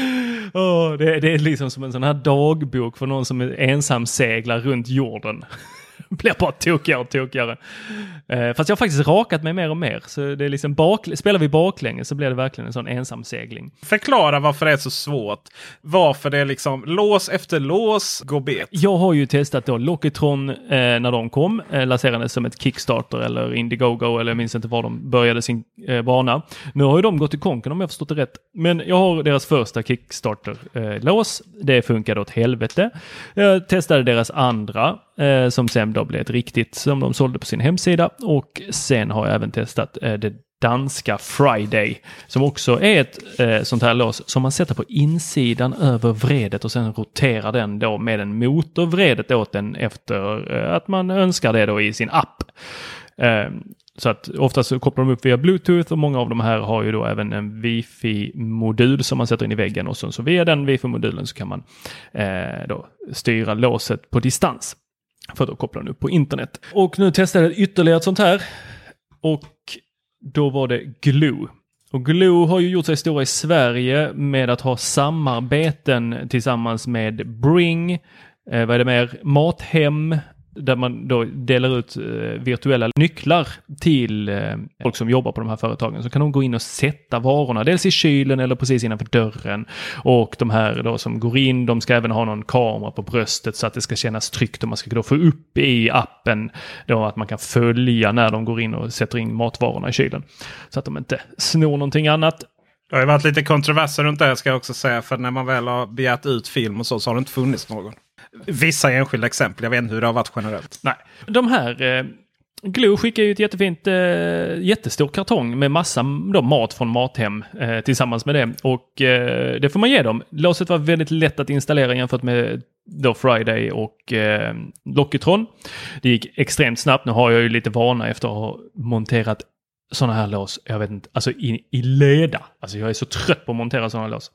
Det är liksom som en sån här dagbok för någon som är ensam seglar runt jorden. Blir bara tokigare. Fast jag har faktiskt rakat mig mer och mer. Så det är liksom spelar vi baklänges så blir det verkligen en sån ensam segling. Förklara varför det är så svårt. Varför det är liksom lås efter lås går bet. Jag har ju testat då Lockitron när de kom. Lanserades som ett Kickstarter eller Indiegogo eller jag minns inte var de började sin bana. Nu har ju de gått i konken om jag förstått det rätt. Men jag har deras första Kickstarter-lås. Det funkade åt helvete. Jag testade deras andra som sen då blev ett riktigt som de sålde på sin hemsida och sen har jag även testat det danska Friday som också är ett sånt här lås som man sätter på insidan över vredet och sen roterar den då med en motorvredet åt den efter att man önskar det då i sin app. Så att oftast så kopplar de upp via Bluetooth och många av de här har ju då även en Wi-Fi-modul som man sätter in i väggen och så via den Wi-Fi-modulen så kan man då styra låset på distans. För då kopplar den upp på internet. Och nu testade jag ytterligare ett sånt här. Och då var det Glue. Och Glue har ju gjort sig stora i Sverige med att ha samarbeten tillsammans med Bring. Vad är det mer? Mathem. Där man då delar ut virtuella nycklar till folk som jobbar på de här företagen. Så kan de gå in och sätta varorna dels i kylen eller precis innanför dörren. Och de här då som går in, de ska även ha någon kamera på bröstet så att det ska kännas tryggt. Och man ska då få upp i appen då att man kan följa när de går in och sätter in matvarorna i kylen. Så att de inte snor någonting annat. Det har ju varit lite kontroverser runt det ska jag också säga. För när man väl har begärt ut film och så har det inte funnits någon. Vissa enskilda exempel. Jag vet inte hur det har varit generellt. Nej. De här Glue skickar ju ett jättefint jättestor kartong med massa då, mat från Mathem tillsammans med det. Och det får man ge dem. Låset var väldigt lätt att installera jämfört med då Friday och Lockitron. Det gick extremt snabbt. Nu har jag ju lite vana efter att ha monterat sådana här lås. Jag vet inte, alltså i leda. Alltså jag är så trött på att montera sådana lås.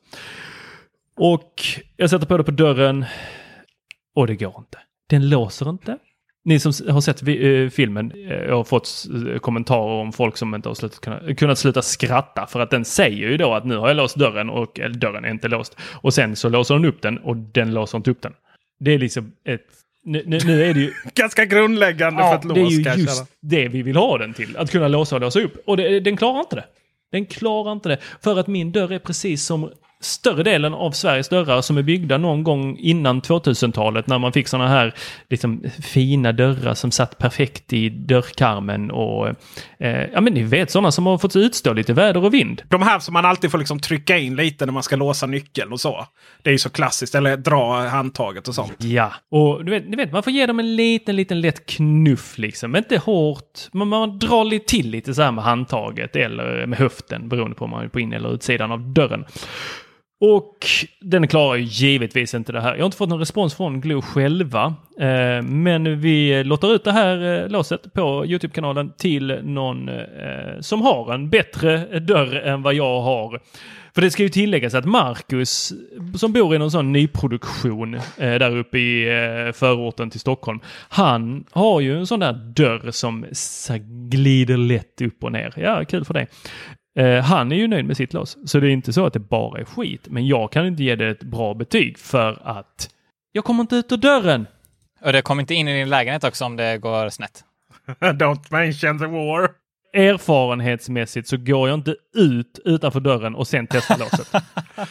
Och jag sätter på det på dörren. Och det går inte. Den låser inte. Ni som har sett filmen, jag har fått kommentarer om folk som inte har kunnat sluta skratta. För att den säger ju då att nu har jag låst dörren och dörren är inte låst. Och sen så låser den upp den och den låser inte upp den. Det är liksom ett... Nu är det ju... ganska grundläggande för ett lås. Det är ju just det vi vill ha den till. Att kunna låsa och låsa upp. Och den klarar inte det. Den klarar inte det. För att min dörr är precis som större delen av Sveriges dörrar som är byggda någon gång innan 2000-talet när man fick såna här liksom, fina dörrar som satt perfekt i dörrkarmen och ja men ni vet sådana som har fått utstå lite väder och vind. De här som man alltid får liksom trycka in lite när man ska låsa nyckeln och så. Det är ju så klassiskt, eller dra handtaget och sånt. Ja, och ni vet man får ge dem en liten lätt knuff liksom, inte hårt. Man drar lite till lite så här med handtaget eller med höften beroende på om man är på in- eller utsidan av dörren. Och den klarar ju givetvis inte det här. Jag har inte fått någon respons från Glue själva. Men vi låter ut det här låset på YouTube-kanalen till någon som har en bättre dörr än vad jag har. För det ska ju tilläggas att Marcus, som bor i någon sån nyproduktion där uppe i förorten till Stockholm, han har ju en sån där dörr som glider lätt upp och ner. Ja, kul för det. Han är ju nöjd med sitt lås. Så det är inte så att det bara är skit. Men jag kan inte ge det ett bra betyg för att jag kommer inte ut ur dörren. Och det kommer inte in i din lägenhet också om det går snett. Don't mention the war. Erfarenhetsmässigt så går jag inte ut utanför dörren och sen testar låset.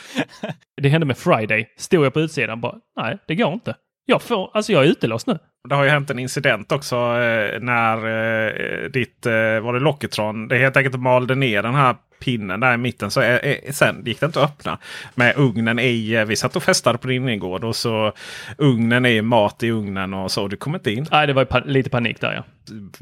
Det hände med Friday. Stod jag på utsidan bara, nej, det går inte. Jag är utelåst nu. Det har ju hänt en incident också när ditt var det Locketron. Det helt enkelt malde ner den här pinnen där i mitten. Så sen gick det inte att öppna. Med ugnen i, vi satt och festade på din ingård och så ugnen är mat i ugnen och så. Du kom inte in. Nej, det var lite panik där, ja.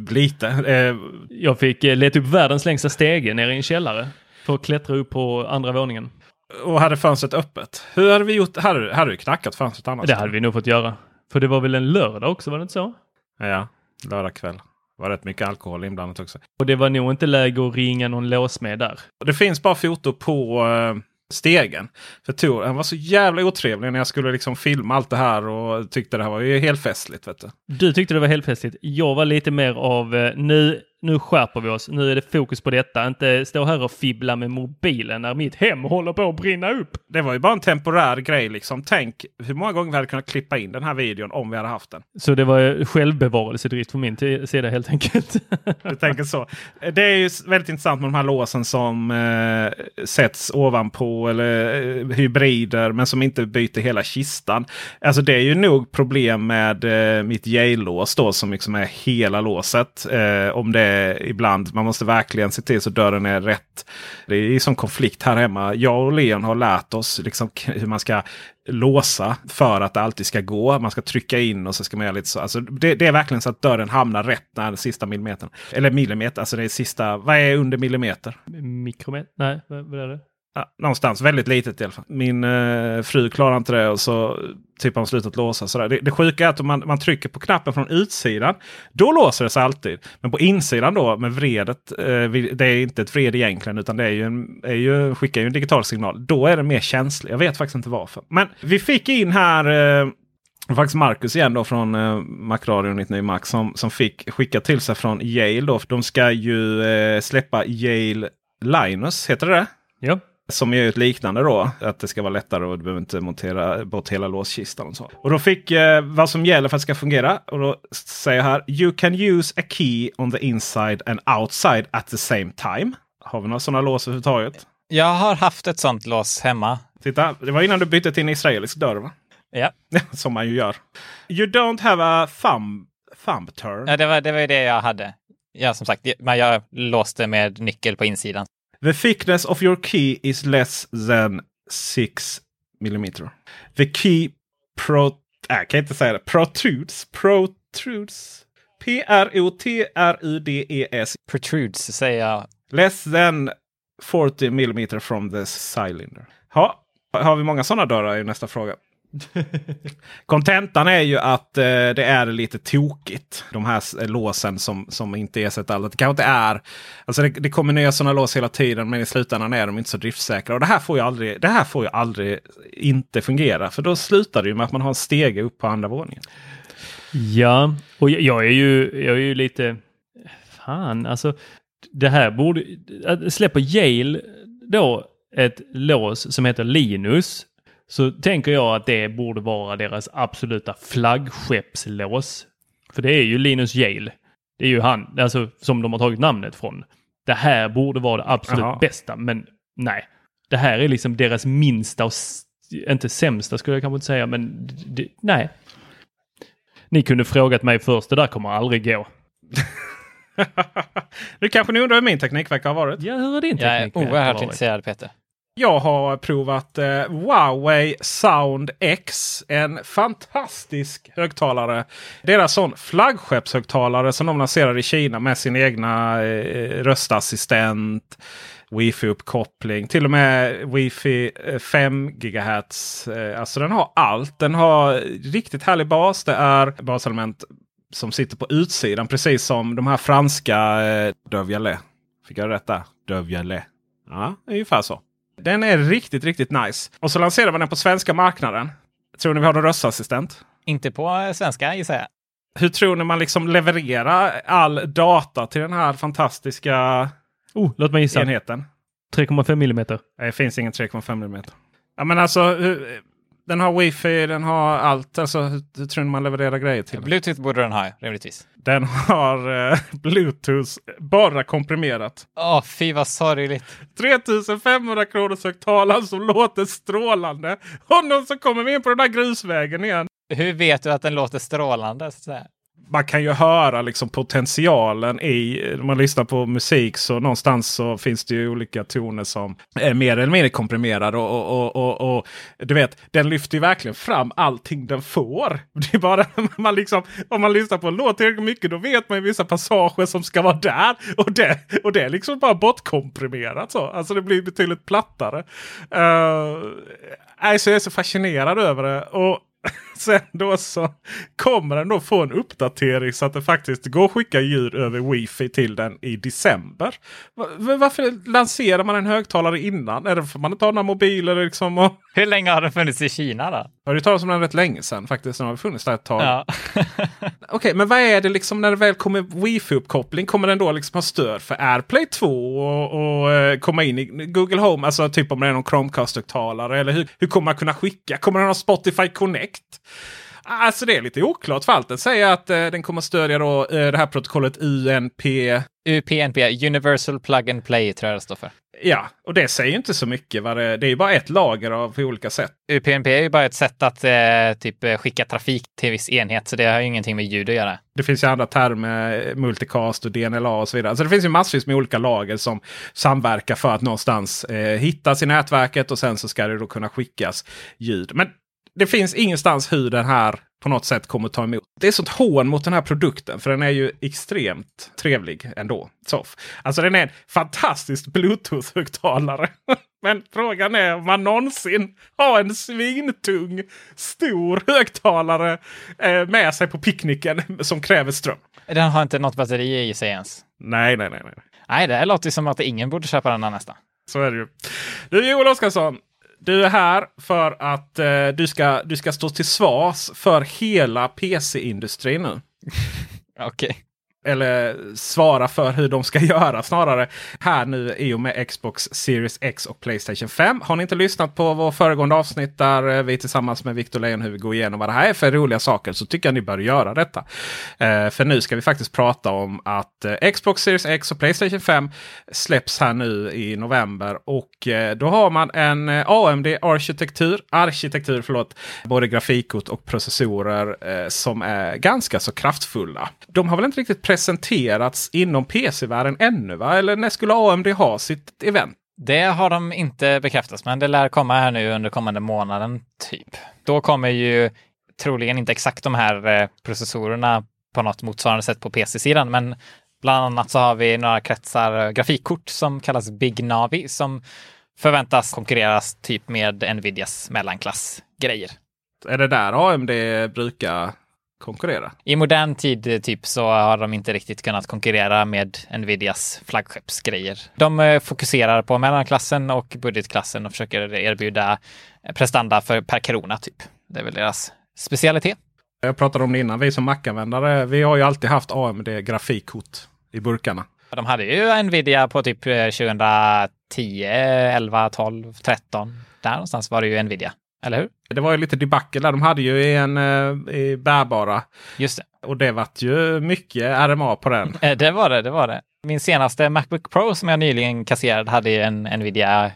Lite. Jag fick leta upp världens längsta stege nere i en källare för att klättra upp på andra våningen. Och hade fönstret öppet. Hur hade vi gjort? Hade du knackat fönstret annars? Det hade vi nog fått göra. För det var väl en lördag också, var det inte så? Ja, lördag kväll. Det var rätt mycket alkohol inblandat också. Och det var nog inte läge att ringa någon låsmed där. Det finns bara foto på stegen. För han var så jävla otrevlig när jag skulle liksom filma allt det här och tyckte det här var ju helt festligt. Vet du. Du tyckte det var helt festligt. Jag var lite mer av nu skärper vi oss. Nu är det fokus på detta. Inte stå här och fibbla med mobilen när mitt hem håller på att brinna upp. Det var ju bara en temporär grej liksom. Tänk hur många gånger vi hade kunnat klippa in den här videon om vi hade haft den. Så det var självbevarelsedrift från min sida helt enkelt. Du tänker så. Det är ju väldigt intressant med de här låsen som sätts ovanpå eller hybrider men som inte byter hela kistan. Alltså det är ju nog problem med mitt Yale-lås då som liksom är hela låset. Om det ibland, man måste verkligen se till så dörren är rätt. Det är ju som konflikt här hemma. Jag och Leon har lärt oss liksom hur man ska låsa för att det alltid ska gå. Man ska trycka in och så ska man göra lite så. Alltså det är verkligen så att dörren hamnar rätt när den sista millimetern. Eller millimeter, alltså det är sista, vad är under millimeter? Mikrometer? Nej, vad är det? Ja, någonstans väldigt litet i alla fall. Min fru klarar inte det och så typ har hon slutat låsa. Sådär. Det sjuka är att om man trycker på knappen från utsidan, då låser det sig alltid. Men på insidan då med vredet, det är inte ett vred egentligen utan det skickar ju en digital signal. Då är det mer känslig. Jag vet faktiskt inte varför. Men vi fick in här faktiskt Marcus igen då från Macradio 99 Max som fick skicka till sig från Yale då. De ska ju släppa Yale Linus, heter det? Ja. Som är ett liknande då. Att det ska vara lättare och du behöver inte montera bort hela låskistan och så. Och då fick vad som gäller för att det ska fungera. Och då säger jag här. You can use a key on the inside and outside at the same time. Har vi några sådana lås överhuvudtaget? Jag har haft ett sånt lås hemma. Titta, det var innan du bytte till en israelisk dörr va? Ja. Som man ju gör. You don't have a thumb turn. Ja, det var ju det jag hade. Ja, som sagt, jag låste med nyckel på insidan. The thickness of your key is less than 6 mm. The key kan inte säga det. Protrudes. Protrudes. Protrudes säger jag. Less than 40 mm from the cylinder. Ja, har vi många sådana dörrar i nästa fråga? Kontentan är ju att det är lite tokigt. De här låsen som inte ersätter allt. Det kanske inte är. Alltså det kommer nya sådana lås hela tiden. Men i slutändan är de inte så driftsäkra. Och det här får ju aldrig inte fungera. För då slutar det ju med att man har en stege upp på andra våningen. Ja, och jag är ju lite... Fan, alltså... Det här borde... Släpper Yale då ett lås som heter Linus... Så tänker jag att det borde vara deras absoluta flaggskeppslås. För det är ju Linus Yale. Det är ju han, alltså som de har tagit namnet från. Det här borde vara det absolut bästa. Men nej, det här är liksom deras minsta och inte sämsta skulle jag kanske inte säga. Men nej. Ni kunde frågat mig först, det där kommer aldrig gå. Nu kanske ni undrar hur min teknik verkar ha varit. Ja, hur är din teknik? Jag är oerhört intresserad, Peter. Jag har provat Huawei Sound X. En fantastisk högtalare. Deras sån flaggskeppshögtalare som de lanserar i Kina med sin egna röstassistent. Wifi-uppkoppling. Till och med Wi-Fi 5 GHz. Alltså den har allt. Den har riktigt härlig bas. Det är baselement som sitter på utsidan. Precis som de här franska Dövjale. Fick jag rätt där? Dövjale. Ja, ungefär så. Den är riktigt, riktigt nice. Och så lanserar man den på svenska marknaden. Tror ni vi har någon röstassistent? Inte på svenska, gissar jag. Hur tror ni man liksom levererar all data till den här fantastiska låt mig gissa. enheten? 3,5 millimeter. Nej, det finns ingen 3,5 millimeter. Ja, men alltså, den har wifi, den har allt. Alltså, hur tror ni man levererar grejer till? Bluetooth borde den ha, rimligtvis. Den har Bluetooth bara komprimerat. Fy vad sorgligt. 3500 kronor högtalare som låter strålande. Och någon som kommer in på den där grusvägen igen. Hur vet du att den låter strålande? Så att säga? Man kan ju höra liksom potentialen i, när man lyssnar på musik, så någonstans så finns det ju olika toner som är mer eller mindre komprimerade och du vet, den lyfter ju verkligen fram allting den får. Det är bara man liksom, om man lyssnar på en låt tillräckligt mycket, då vet man ju vissa passager som ska vara där och det är liksom bara bortkomprimerat så. Alltså det blir betydligt plattare. Så jag är så fascinerad över det, och sen då så kommer den då få en uppdatering så att det faktiskt går att skicka ljud över wifi till den i december. Varför lanserar man en högtalare innan? Är det för man inte har några mobiler liksom? Och... Hur länge har den funnits i Kina då? Har du talat om den rätt länge sedan faktiskt? Den har funnits där ett tag. Ja. Okej, men vad är det liksom när det väl kommer wifi-uppkoppling? Kommer den då liksom ha stöd för AirPlay 2 och komma in i Google Home? Alltså typ om det är någon Chromecast-högtalare, eller hur kommer man kunna skicka? Kommer den ha Spotify Connect? Alltså det är lite oklart, för allt den säger att den kommer stödja då det här protokollet UPnP, Universal Plug and Play tror jag det står för. Ja, och det säger inte så mycket. Det är ju bara ett lager av på olika sätt. UPnP är ju bara ett sätt att typ skicka trafik till viss enhet, så det har ju ingenting med ljud att göra. Det finns ju andra termer, multicast och DNLA och så vidare. Så det finns ju massvis med olika lager som samverkar för att någonstans hittas i nätverket, och sen så ska det då kunna skickas ljud. Men det finns ingenstans hur den här på något sätt kommer ta emot. Det är sånt hån mot den här produkten, för den är ju extremt trevlig ändå. Alltså den är en fantastisk Bluetooth-högtalare. Men frågan är om man någonsin har en svintung, stor högtalare med sig på picknicken som kräver ström. Den har inte något batteri i sig ens. Nej. Nej, det låter ju som att ingen borde köpa den nästan. Så är det ju. Du, Joel Oscarsson. Du är här för att du ska stå till svars för hela PC-industrin nu. Okej. Eller svara för hur de ska göra snarare. Här nu i och med Xbox Series X och PlayStation 5. Har ni inte lyssnat på vår föregående avsnitt där vi tillsammans med Victor Leijonhufvud går igenom vad det här är för roliga saker, så tycker jag ni bör göra detta. För nu ska vi faktiskt prata om att Xbox Series X och PlayStation 5 släpps här nu i november. Och då har man en AMD-arkitektur, både grafikkort och processorer som är ganska så kraftfulla. De har väl inte riktigt presenterats inom PC-världen ännu, va? Eller när skulle AMD ha sitt event? Det har de inte bekräftat, men det lär komma här nu under kommande månaden typ. Då kommer ju troligen inte exakt de här processorerna på något motsvarande sätt på PC-sidan, men bland annat så har vi några kretsar grafikkort som kallas Big Navi som förväntas konkurreras typ med Nvidias mellanklassgrejer. Är det där AMD brukar konkurrera? I modern tid typ så har de inte riktigt kunnat konkurrera med Nvidias flaggskeppsgrejer. De fokuserar på mellanklassen och budgetklassen och försöker erbjuda prestanda per krona typ. Det är väl deras specialitet. Jag pratade om det innan, vi som Mac-användare, vi har ju alltid haft AMD-grafikkort i burkarna. De hade ju Nvidia på typ 2010, 11, 12, 13. Där någonstans var det ju Nvidia. Eller hur? Det var ju lite debacle där. De hade ju i bärbara. Just det. Och det var ju mycket RMA på den. Det var det. Min senaste Macbook Pro som jag nyligen kasserade hade ju en Nvidia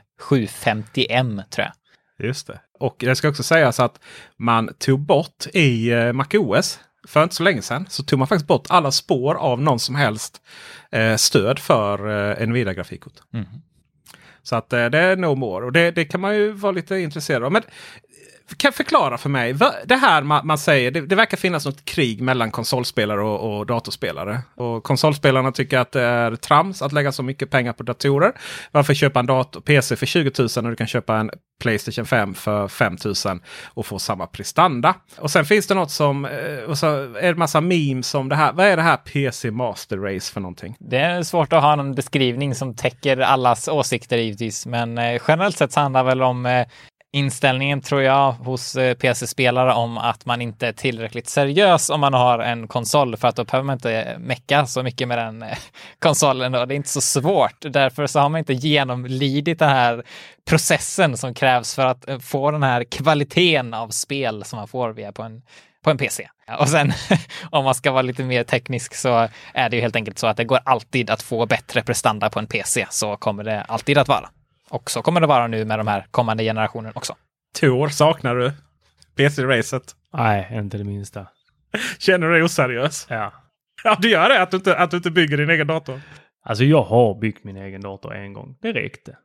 750M tror jag. Just det. Och det ska också sägas att man tog bort i macOS för inte så länge sedan, så tog man faktiskt bort alla spår av någon som helst stöd för Nvidia-grafikkort. Mm. Så att det är no more. Och det kan man ju vara lite intresserad av. Men kan förklara för mig. Det här man säger, det verkar finnas något krig mellan konsolspelare och datorspelare. Och konsolspelarna tycker att det är trams att lägga så mycket pengar på datorer. Varför köpa en PC för 20 000 när du kan köpa en PlayStation 5 för 5 000 och få samma prestanda? Och sen finns det något som, och så är det en massa memes om det här. Vad är det här PC Master Race för någonting? Det är svårt att ha en beskrivning som täcker allas åsikter givetvis. Men generellt sett så handlar det väl om inställningen tror jag hos PC-spelare om att man inte är tillräckligt seriös om man har en konsol, för att då behöver man inte mecka så mycket med den konsolen och det är inte så svårt. Därför så har man inte genomlidit den här processen som krävs för att få den här kvaliteten av spel som man får via på en PC. Och sen om man ska vara lite mer teknisk så är det ju helt enkelt så att det går alltid att få bättre prestanda på en PC. Så kommer det alltid att vara. Och så kommer det vara nu med de här kommande generationerna också. Tor, saknar du PC-racet? Nej, inte det minsta. Känner du dig oseriös? Ja. Ja, du gör det? Att du inte bygger din egen dator? Alltså jag har byggt min egen dator en gång. Det räckte.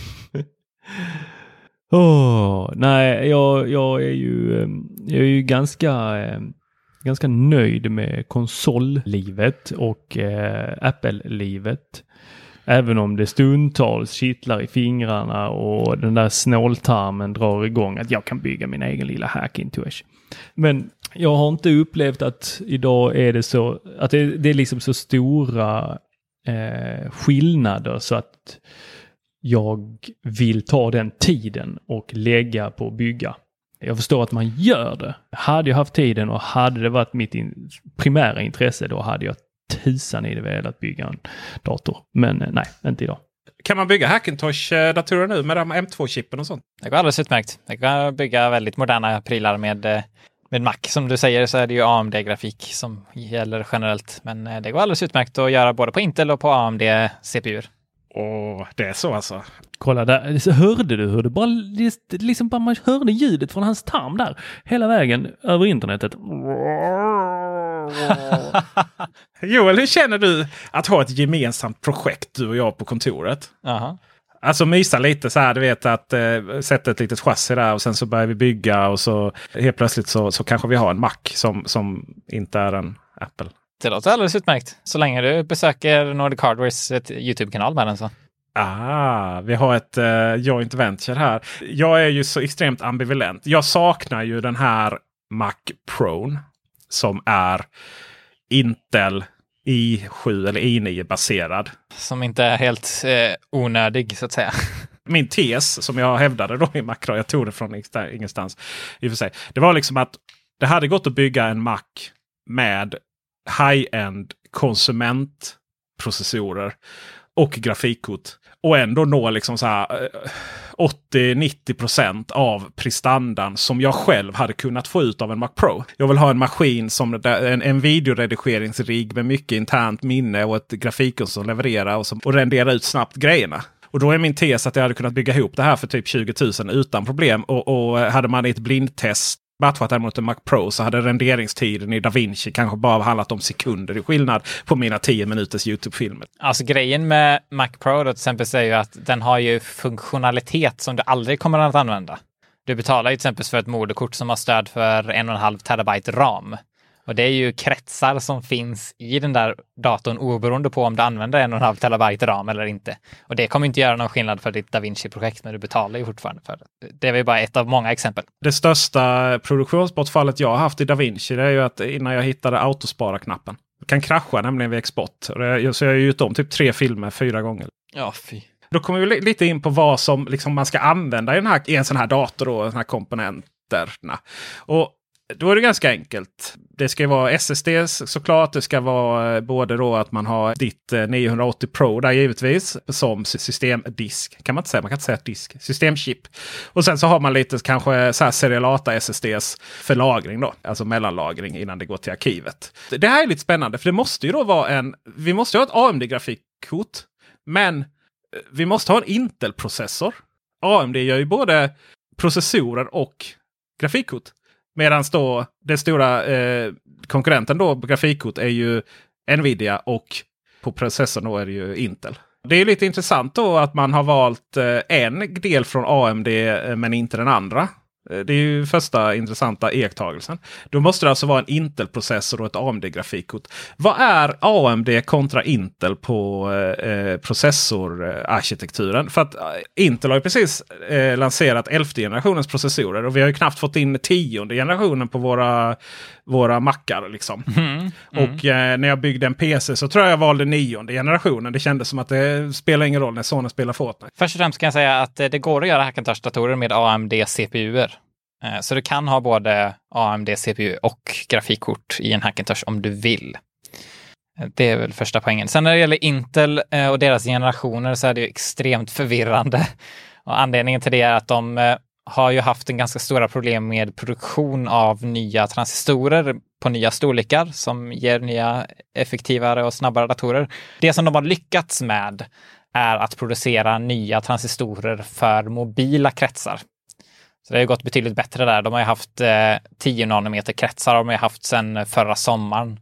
Nej, jag är ju ganska nöjd med konsollivet och Apple-livet. Även om det stundtals kittlar i fingrarna och den där snåltarmen drar igång att jag kan bygga min egen lilla Hackintosh. Men jag har inte upplevt att idag är det så att det är liksom så stora skillnader så att jag vill ta den tiden och lägga på att bygga. Jag förstår att man gör det. Hade jag haft tiden och hade det varit mitt primära intresse, då hade jag tusan i det velat bygga en dator. Men nej, inte idag. Kan man bygga Hackintosh-datorer nu med de M2-chippen och sånt? Det går alldeles utmärkt. Det kan bygga väldigt moderna prylar med Mac. Som du säger så är det ju AMD-grafik som gäller generellt. Men det går alldeles utmärkt att göra både på Intel och på AMD-CPUer. Åh, det är så alltså. Kolla där, så hörde du hur det bara, liksom bara man hörde ljudet från hans tarm där hela vägen över internetet. Joel, hur känner du att ha ett gemensamt projekt, du och jag, på kontoret? Aha. Alltså mysa lite så här, du vet, att sätta ett litet chassi där och sen så börjar vi bygga och så helt plötsligt så kanske vi har en Mac som inte är en Apple. Det låter alldeles utmärkt. Så länge du besöker Nordic Hardwares YouTube-kanal med den så. Vi har ett joint venture här. Jag är ju så extremt ambivalent. Jag saknar ju den här Mac Pro som är Intel i7 eller i9 baserad. Som inte är helt onödig så att säga. Min tes som jag hävdade då i Macro, jag tog det från ingenstans i och för sig. Det var liksom att det hade gått att bygga en Mac med high-end konsumentprocessorer och grafikkort och ändå nå liksom så här 80-90% av prestandan som jag själv hade kunnat få ut av en Mac Pro. Jag vill ha en maskin som en videoredigeringsrigg med mycket internt minne och ett grafikkort som levererar och renderar ut snabbt grejerna. Och då är min tes att jag hade kunnat bygga ihop det här för typ 20 000 utan problem. Och hade man i ett blindtest matchat det mot en Mac Pro så hade renderingstiden i DaVinci kanske bara handlat om sekunder i skillnad på mina 10 minuters YouTube-filmer. Alltså grejen med Mac Pro då till exempel är ju att den har ju funktionalitet som du aldrig kommer att använda. Du betalar ju till exempel för ett moderkort som har stöd för 1,5 terabyte RAM. Och det är ju kretsar som finns i den där datorn oberoende på om du använder 1,5 terabyte RAM eller inte. Och det kommer inte göra någon skillnad för ditt DaVinci-projekt, men du betalar ju fortfarande för det. Det är väl bara ett av många exempel. Det största produktionsbortfallet jag har haft i DaVinci det är ju att innan jag hittade autospara-knappen. Det kan krascha nämligen vid export. Så jag har gjort om typ 3 filmer 4 gånger. Ja, fy. Då kommer vi lite in på vad som liksom man ska använda i en sån här dator och de här komponenterna. Och då är det ganska enkelt. Det ska vara SSD såklart. Det ska vara både då att man har ditt 980 Pro där givetvis som systemdisk. Kan man kan inte säga disk. Systemchip. Och sen så har man lite kanske så här serialata SSDs för lagring då. Alltså mellanlagring innan det går till arkivet. Det här är lite spännande för det måste ju då vara vi måste ha ett AMD-grafikkort. Men vi måste ha en Intel-processor. AMD gör ju både processorer och grafikkort. Medan då den stora konkurrenten då på grafikkort är ju Nvidia och på processorn då är det ju Intel. Det är lite intressant då att man har valt en del från AMD men inte den andra. Det är ju första intressanta iakttagelsen. Då måste det alltså vara en Intel-processor och ett AMD-grafikkort. Vad är AMD kontra Intel på processorarkitekturen? För att Intel har ju precis lanserat 11:e generationens processorer. Och vi har ju knappt fått in 10:e generationen på våra mackar. Liksom. Och när jag byggde en PC så tror jag valde 9:e generationen. Det kändes som att det spelar ingen roll när Sony spelar Fortnite. Först och främst kan jag säga att det går att göra Hackintosh-datorer med AMD-CPUer. Så du kan ha både AMD-CPU och grafikkort i en Hackintosh om du vill. Det är väl första poängen. Sen när det gäller Intel och deras generationer så är det ju extremt förvirrande. Och anledningen till det är att de har ju haft en ganska stora problem med produktion av nya transistorer på nya storlekar som ger nya effektivare och snabbare datorer. Det som de har lyckats med är att producera nya transistorer för mobila kretsar. Så det har gått betydligt bättre där. De har ju haft 10 nanometer kretsar och de har haft sedan förra sommaren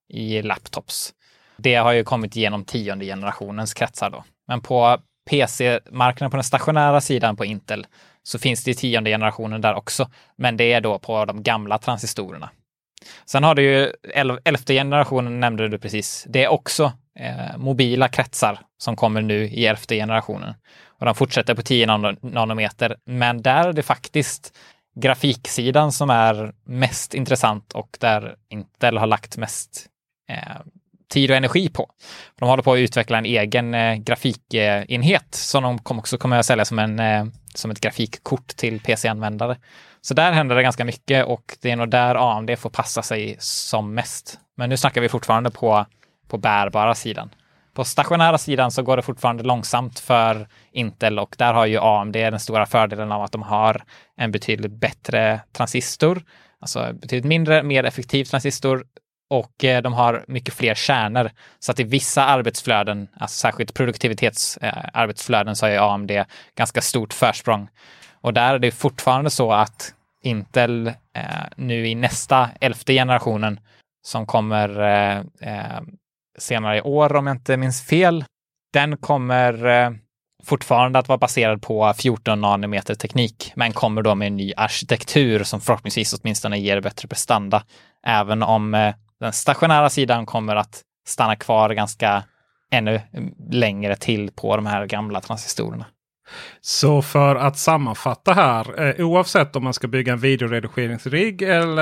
i laptops. Det har ju kommit igenom 10:e generationens kretsar då. Men på PC-marknaden på den stationära sidan på Intel så finns det 10:e generationen där också. Men det är då på de gamla transistorerna. Sen har du ju 11:e generationen nämnde du precis. Det är också mobila kretsar som kommer nu i 11:e generationen. Och de fortsätter på 10 nanometer. Men där är det faktiskt grafiksidan som är mest intressant och där Intel har lagt mest tid och energi på. De håller på att utveckla en egen grafikenhet som de också kommer att sälja som ett grafikkort till PC-användare. Så där händer det ganska mycket och det är nog där AMD får passa sig som mest. Men nu snackar vi fortfarande på bärbara sidan. På stationära sidan så går det fortfarande långsamt för Intel och där har ju AMD den stora fördelen av att de har en betydligt bättre transistor, alltså betydligt mindre, mer effektiv transistor och de har mycket fler kärnor så att i vissa arbetsflöden, alltså särskilt produktivitetsarbetsflöden så har ju AMD ganska stort försprång. Och där är det fortfarande så att Intel nu i nästa 11:e generationen som kommer senare i år om jag inte minns fel. Den kommer fortfarande att vara baserad på 14 nanometer teknik men kommer då med en ny arkitektur som förhoppningsvis åtminstone ger bättre prestanda. Även om den stationära sidan kommer att stanna kvar ganska ännu längre till på de här gamla transistorerna. Så för att sammanfatta här, oavsett om man ska bygga en videoredigeringsrigg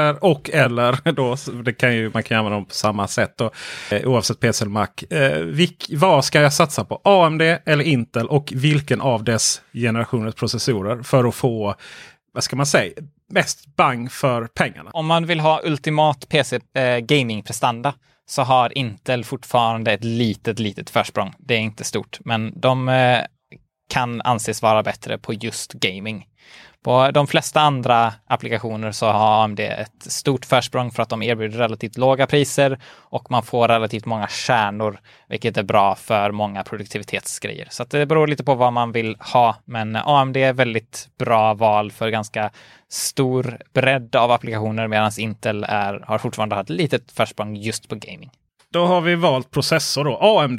eller då, man kan använda dem på samma sätt då, oavsett PC eller Mac. Vad ska jag satsa på? AMD eller Intel och vilken av dess generationers processorer för att få, vad ska man säga, mest bang för pengarna? Om man vill ha ultimat PC gaming-prestanda så har Intel fortfarande ett litet försprång. Det är inte stort, men de kan anses vara bättre på just gaming. På de flesta andra applikationer så har AMD ett stort försprång för att de erbjuder relativt låga priser och man får relativt många kärnor, vilket är bra för många produktivitetsgrejer. Så att det beror lite på vad man vill ha, men AMD är väldigt bra val för ganska stor bredd av applikationer medan Intel har fortfarande ett litet försprång just på gaming. Då har vi valt processor då. AMD.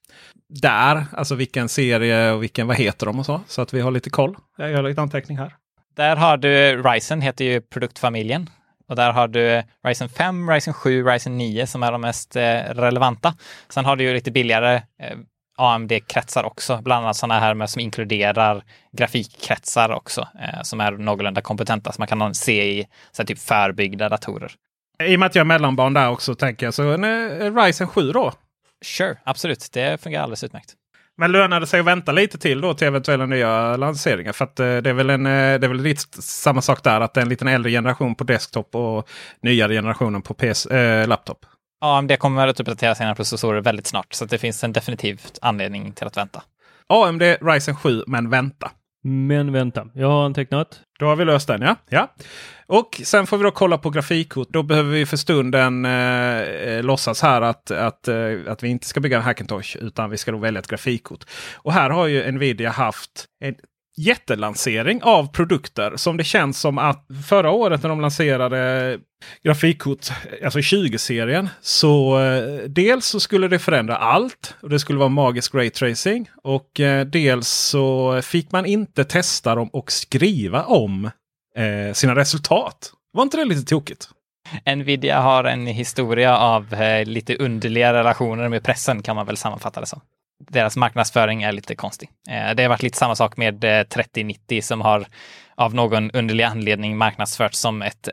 Där, alltså vilken serie och vad heter de och så att vi har lite koll. Jag gör lite anteckning här. Där har du Ryzen, heter ju produktfamiljen. Och där har du Ryzen 5, Ryzen 7, Ryzen 9 som är de mest relevanta. Sen har du ju lite billigare AMD-kretsar också. Bland annat sådana här som inkluderar grafikkretsar också. Som är någorlunda kompetenta som man kan se i så här, typ förbyggda datorer. I och med att jag är mellanbarn där också tänker jag så en Ryzen 7 då. Sure, absolut. Det fungerar alldeles utmärkt. Men lönar det sig att vänta lite till då till eventuella nya lanseringar? För att det är väl lite samma sak där. Att det är en liten äldre generation på desktop och nyare generationen på laptop. Ja, AMD kommer att uppdatera sina processorer väldigt snart. Så att det finns en definitivt anledning till att vänta. AMD Ryzen 7, men vänta. Men vänta, jag har antecknat. Då har vi löst den, ja. Och sen får vi då kolla på grafikkort. Då behöver vi för stunden låtsas här att vi inte ska bygga en Hackintosh utan vi ska då välja ett grafikkort. Och här har ju Nvidia haft en jättelansering av produkter som det känns som att förra året när de lanserade grafikkort, alltså 20-serien, så dels så skulle det förändra allt och det skulle vara magisk ray tracing och dels så fick man inte testa dem och skriva om sina resultat. Var inte det lite tokigt? Nvidia har en historia av lite underliga relationer med pressen, kan man väl sammanfatta det som. Deras marknadsföring är lite konstig. Det har varit lite samma sak med 3090 som har av någon underlig anledning marknadsförts som ett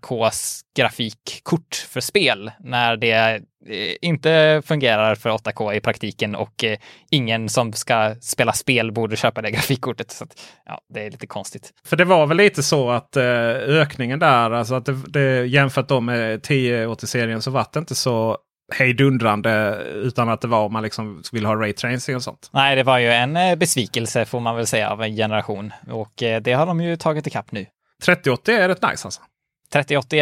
8Ks grafikkort för spel, när det inte fungerar för 8K i praktiken och ingen som ska spela spel borde köpa det grafikkortet. Så att, ja, det är lite konstigt. För det var väl lite så att ökningen där, alltså att det jämfört då med 1080-serien så var det inte så hejdundrande, utan att det var om man liksom vill ha raytracing och sånt. Nej, det var ju en besvikelse får man väl säga av en generation, och det har de ju tagit ikapp nu. 3080 är rätt nice alltså. 3080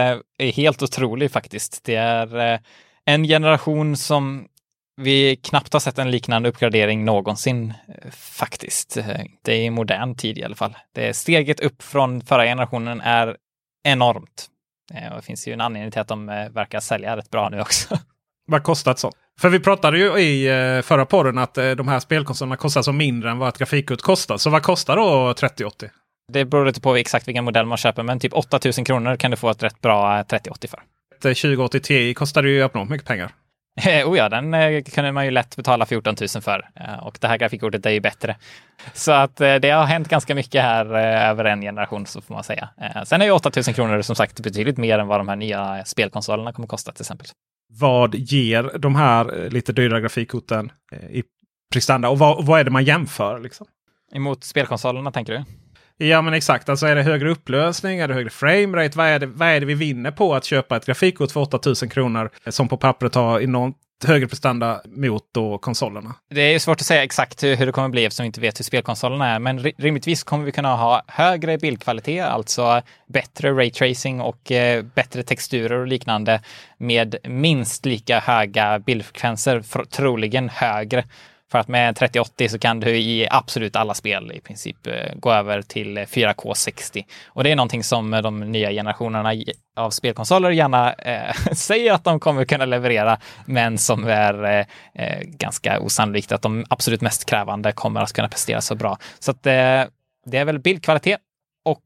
är helt otrolig faktiskt. Det är en generation som vi knappt har sett en liknande uppgradering någonsin faktiskt. Det är i modern tid i alla fall. Det steget upp från förra generationen är enormt. Det finns ju en anledning till att de verkar sälja rätt bra nu också. Vad kostar ett sånt? För vi pratade ju i förra podden att de här spelkonsolerna kostar så mindre än vad ett grafikkort kostar. Så vad kostar då 3080? Det beror lite på exakt vilken modell man köper, men typ 8000 kronor kan du få ett rätt bra 3080 för. Ett 2080 Ti kostar ju abnormt mycket pengar. Ja, den kunde man ju lätt betala 14 000 för. Och det här grafikkortet är ju bättre. Så att det har hänt ganska mycket här över en generation, så får man säga. Sen är ju 8 000 kronor som sagt betydligt mer än vad de här nya spelkonsolerna kommer kosta till exempel. Vad ger de här lite dyra grafikkorten i prestanda? Och vad är det man jämför liksom? Emot spelkonsolerna tänker du? Ja, men exakt. Alltså är det högre upplösning? Är det högre framerate? Vad är det vi vinner på att köpa ett grafikkort för 8 000 kronor som på pappret har enormt högre prestanda mot då konsolerna? Det är svårt att säga exakt hur det kommer bli eftersom vi inte vet hur spelkonsolerna är. Men rimligtvis kommer vi kunna ha högre bildkvalitet, alltså bättre raytracing och bättre texturer och liknande med minst lika höga bildfrekvenser, troligen högre. För att med 3080 så kan du i absolut alla spel i princip gå över till 4K 60. Och det är någonting som de nya generationerna av spelkonsoler gärna säger att de kommer kunna leverera, men som är ganska osannolikt att de absolut mest krävande kommer att kunna prestera så bra. Så att, det är väl bildkvalitet och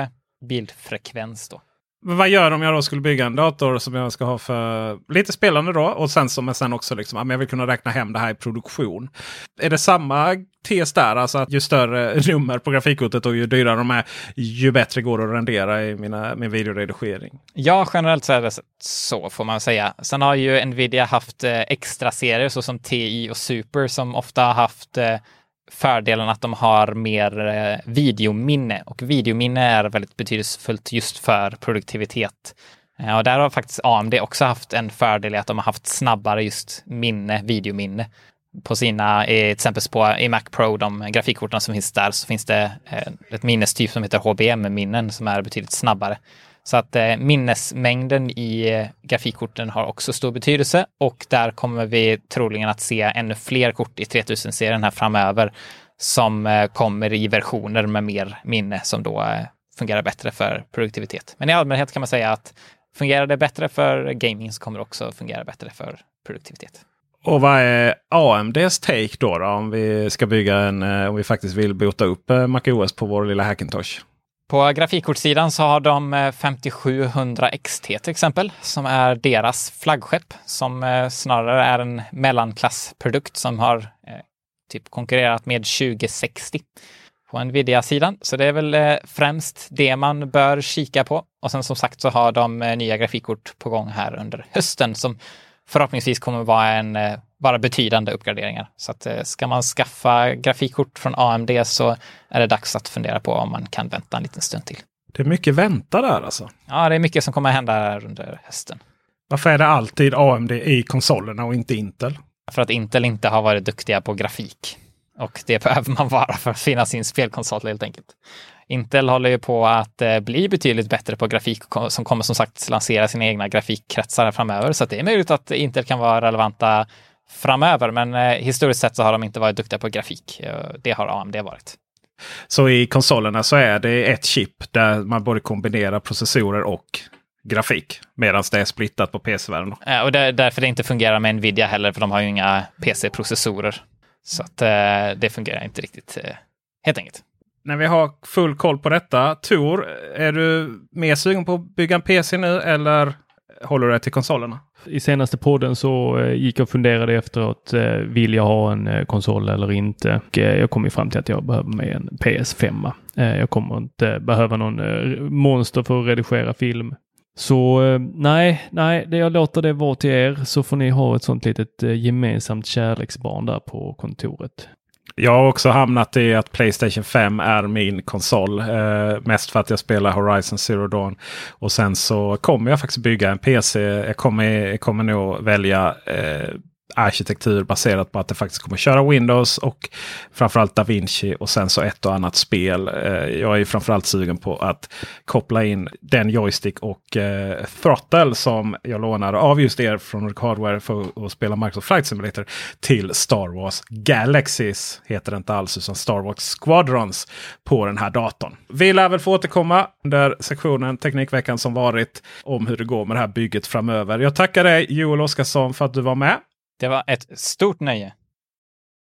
bildfrekvens då. Men vad gör om jag då skulle bygga en dator som jag ska ha för lite spelande då? Och sen också liksom, jag vill kunna räkna hem det här i produktion. Är det samma tes där? Alltså att ju större nummer på grafikkortet och ju dyrare de är, ju bättre går det att rendera i min videoredigering? Ja, generellt så är det så får man säga. Sen har ju Nvidia haft extra serier såsom TI och Super som ofta har haft fördelen att de har mer videominne, och videominne är väldigt betydelsefullt just för produktivitet. Och där har faktiskt AMD också haft en fördel i att de har haft snabbare just videominne. På sina, till exempel i Mac Pro, de grafikkorten som finns där, så finns det ett minnestyp som heter HBM-minnen som är betydligt snabbare. Så att minnesmängden i grafikkorten har också stor betydelse, och där kommer vi troligen att se ännu fler kort i 3000-serien här framöver som kommer i versioner med mer minne som då fungerar bättre för produktivitet. Men i allmänhet kan man säga att fungerar det bättre för gaming så kommer det också fungera bättre för produktivitet. Och vad är AMDs take då om vi ska bygga om vi faktiskt vill bota upp MacOS på vår lilla Hackintosh? På grafikkortssidan så har de 5700 XT till exempel, som är deras flaggskepp, som snarare är en mellanklassprodukt som har typ konkurrerat med 2060 på Nvidia-sidan. Så det är väl främst det man bör kika på. Och sen som sagt så har de nya grafikkort på gång här under hösten som förhoppningsvis kommer vara betydande uppgraderingar. Så att ska man skaffa grafikkort från AMD så är det dags att fundera på om man kan vänta en liten stund till. Det är mycket vänta där alltså. Ja, det är mycket som kommer att hända här under hösten. Varför är det alltid AMD i konsolerna och inte Intel? För att Intel inte har varit duktiga på grafik. Och det behöver man vara för att finna sin spelkonsol helt enkelt. Intel håller ju på att bli betydligt bättre på grafik, som kommer som sagt lansera sina egna grafikkretsar framöver. Så att det är möjligt att Intel kan vara relevanta framöver. Men historiskt sett så har de inte varit duktiga på grafik. Det har AMD varit. Så i konsolerna så är det ett chip där man både kombinerar processorer och grafik. Medan det är splittat på PC-världen. Och därför det inte fungerar med Nvidia heller, för de har ju inga PC-processorer. Så att det fungerar inte riktigt helt enkelt. när vi har full koll på detta. Tor, är du mer sugen på att bygga en PC nu eller håller du dig till konsolerna? I senaste podden så gick jag och funderade efteråt, vill jag ha en konsol eller inte? Och jag kom ju fram till att jag behöver mig en PS5. Jag kommer inte behöva någon monster för att redigera film. Så nej, jag låter det vara till er, så får ni ha ett sånt litet gemensamt kärleksbarn där på kontoret. Jag har också hamnat i att PlayStation 5 är min konsol. Mest för att jag spelar Horizon Zero Dawn. Och sen så kommer jag faktiskt bygga en PC. Jag kommer nog välja arkitektur baserat på att det faktiskt kommer köra Windows och framförallt DaVinci och sen så ett och annat spel. Jag är framförallt sugen på att koppla in den joystick och throttle som jag lånar av just er från Nordic Hardware för att spela Microsoft Flight Simulator till Star Wars Galaxies, heter det inte alls, utan Star Wars Squadrons på den här datorn. Vi lär väl få återkomma under sektionen Teknikveckan som varit om hur det går med det här bygget framöver. Jag tackar dig Joel Oscarsson för att du var med. Det var ett stort nöje.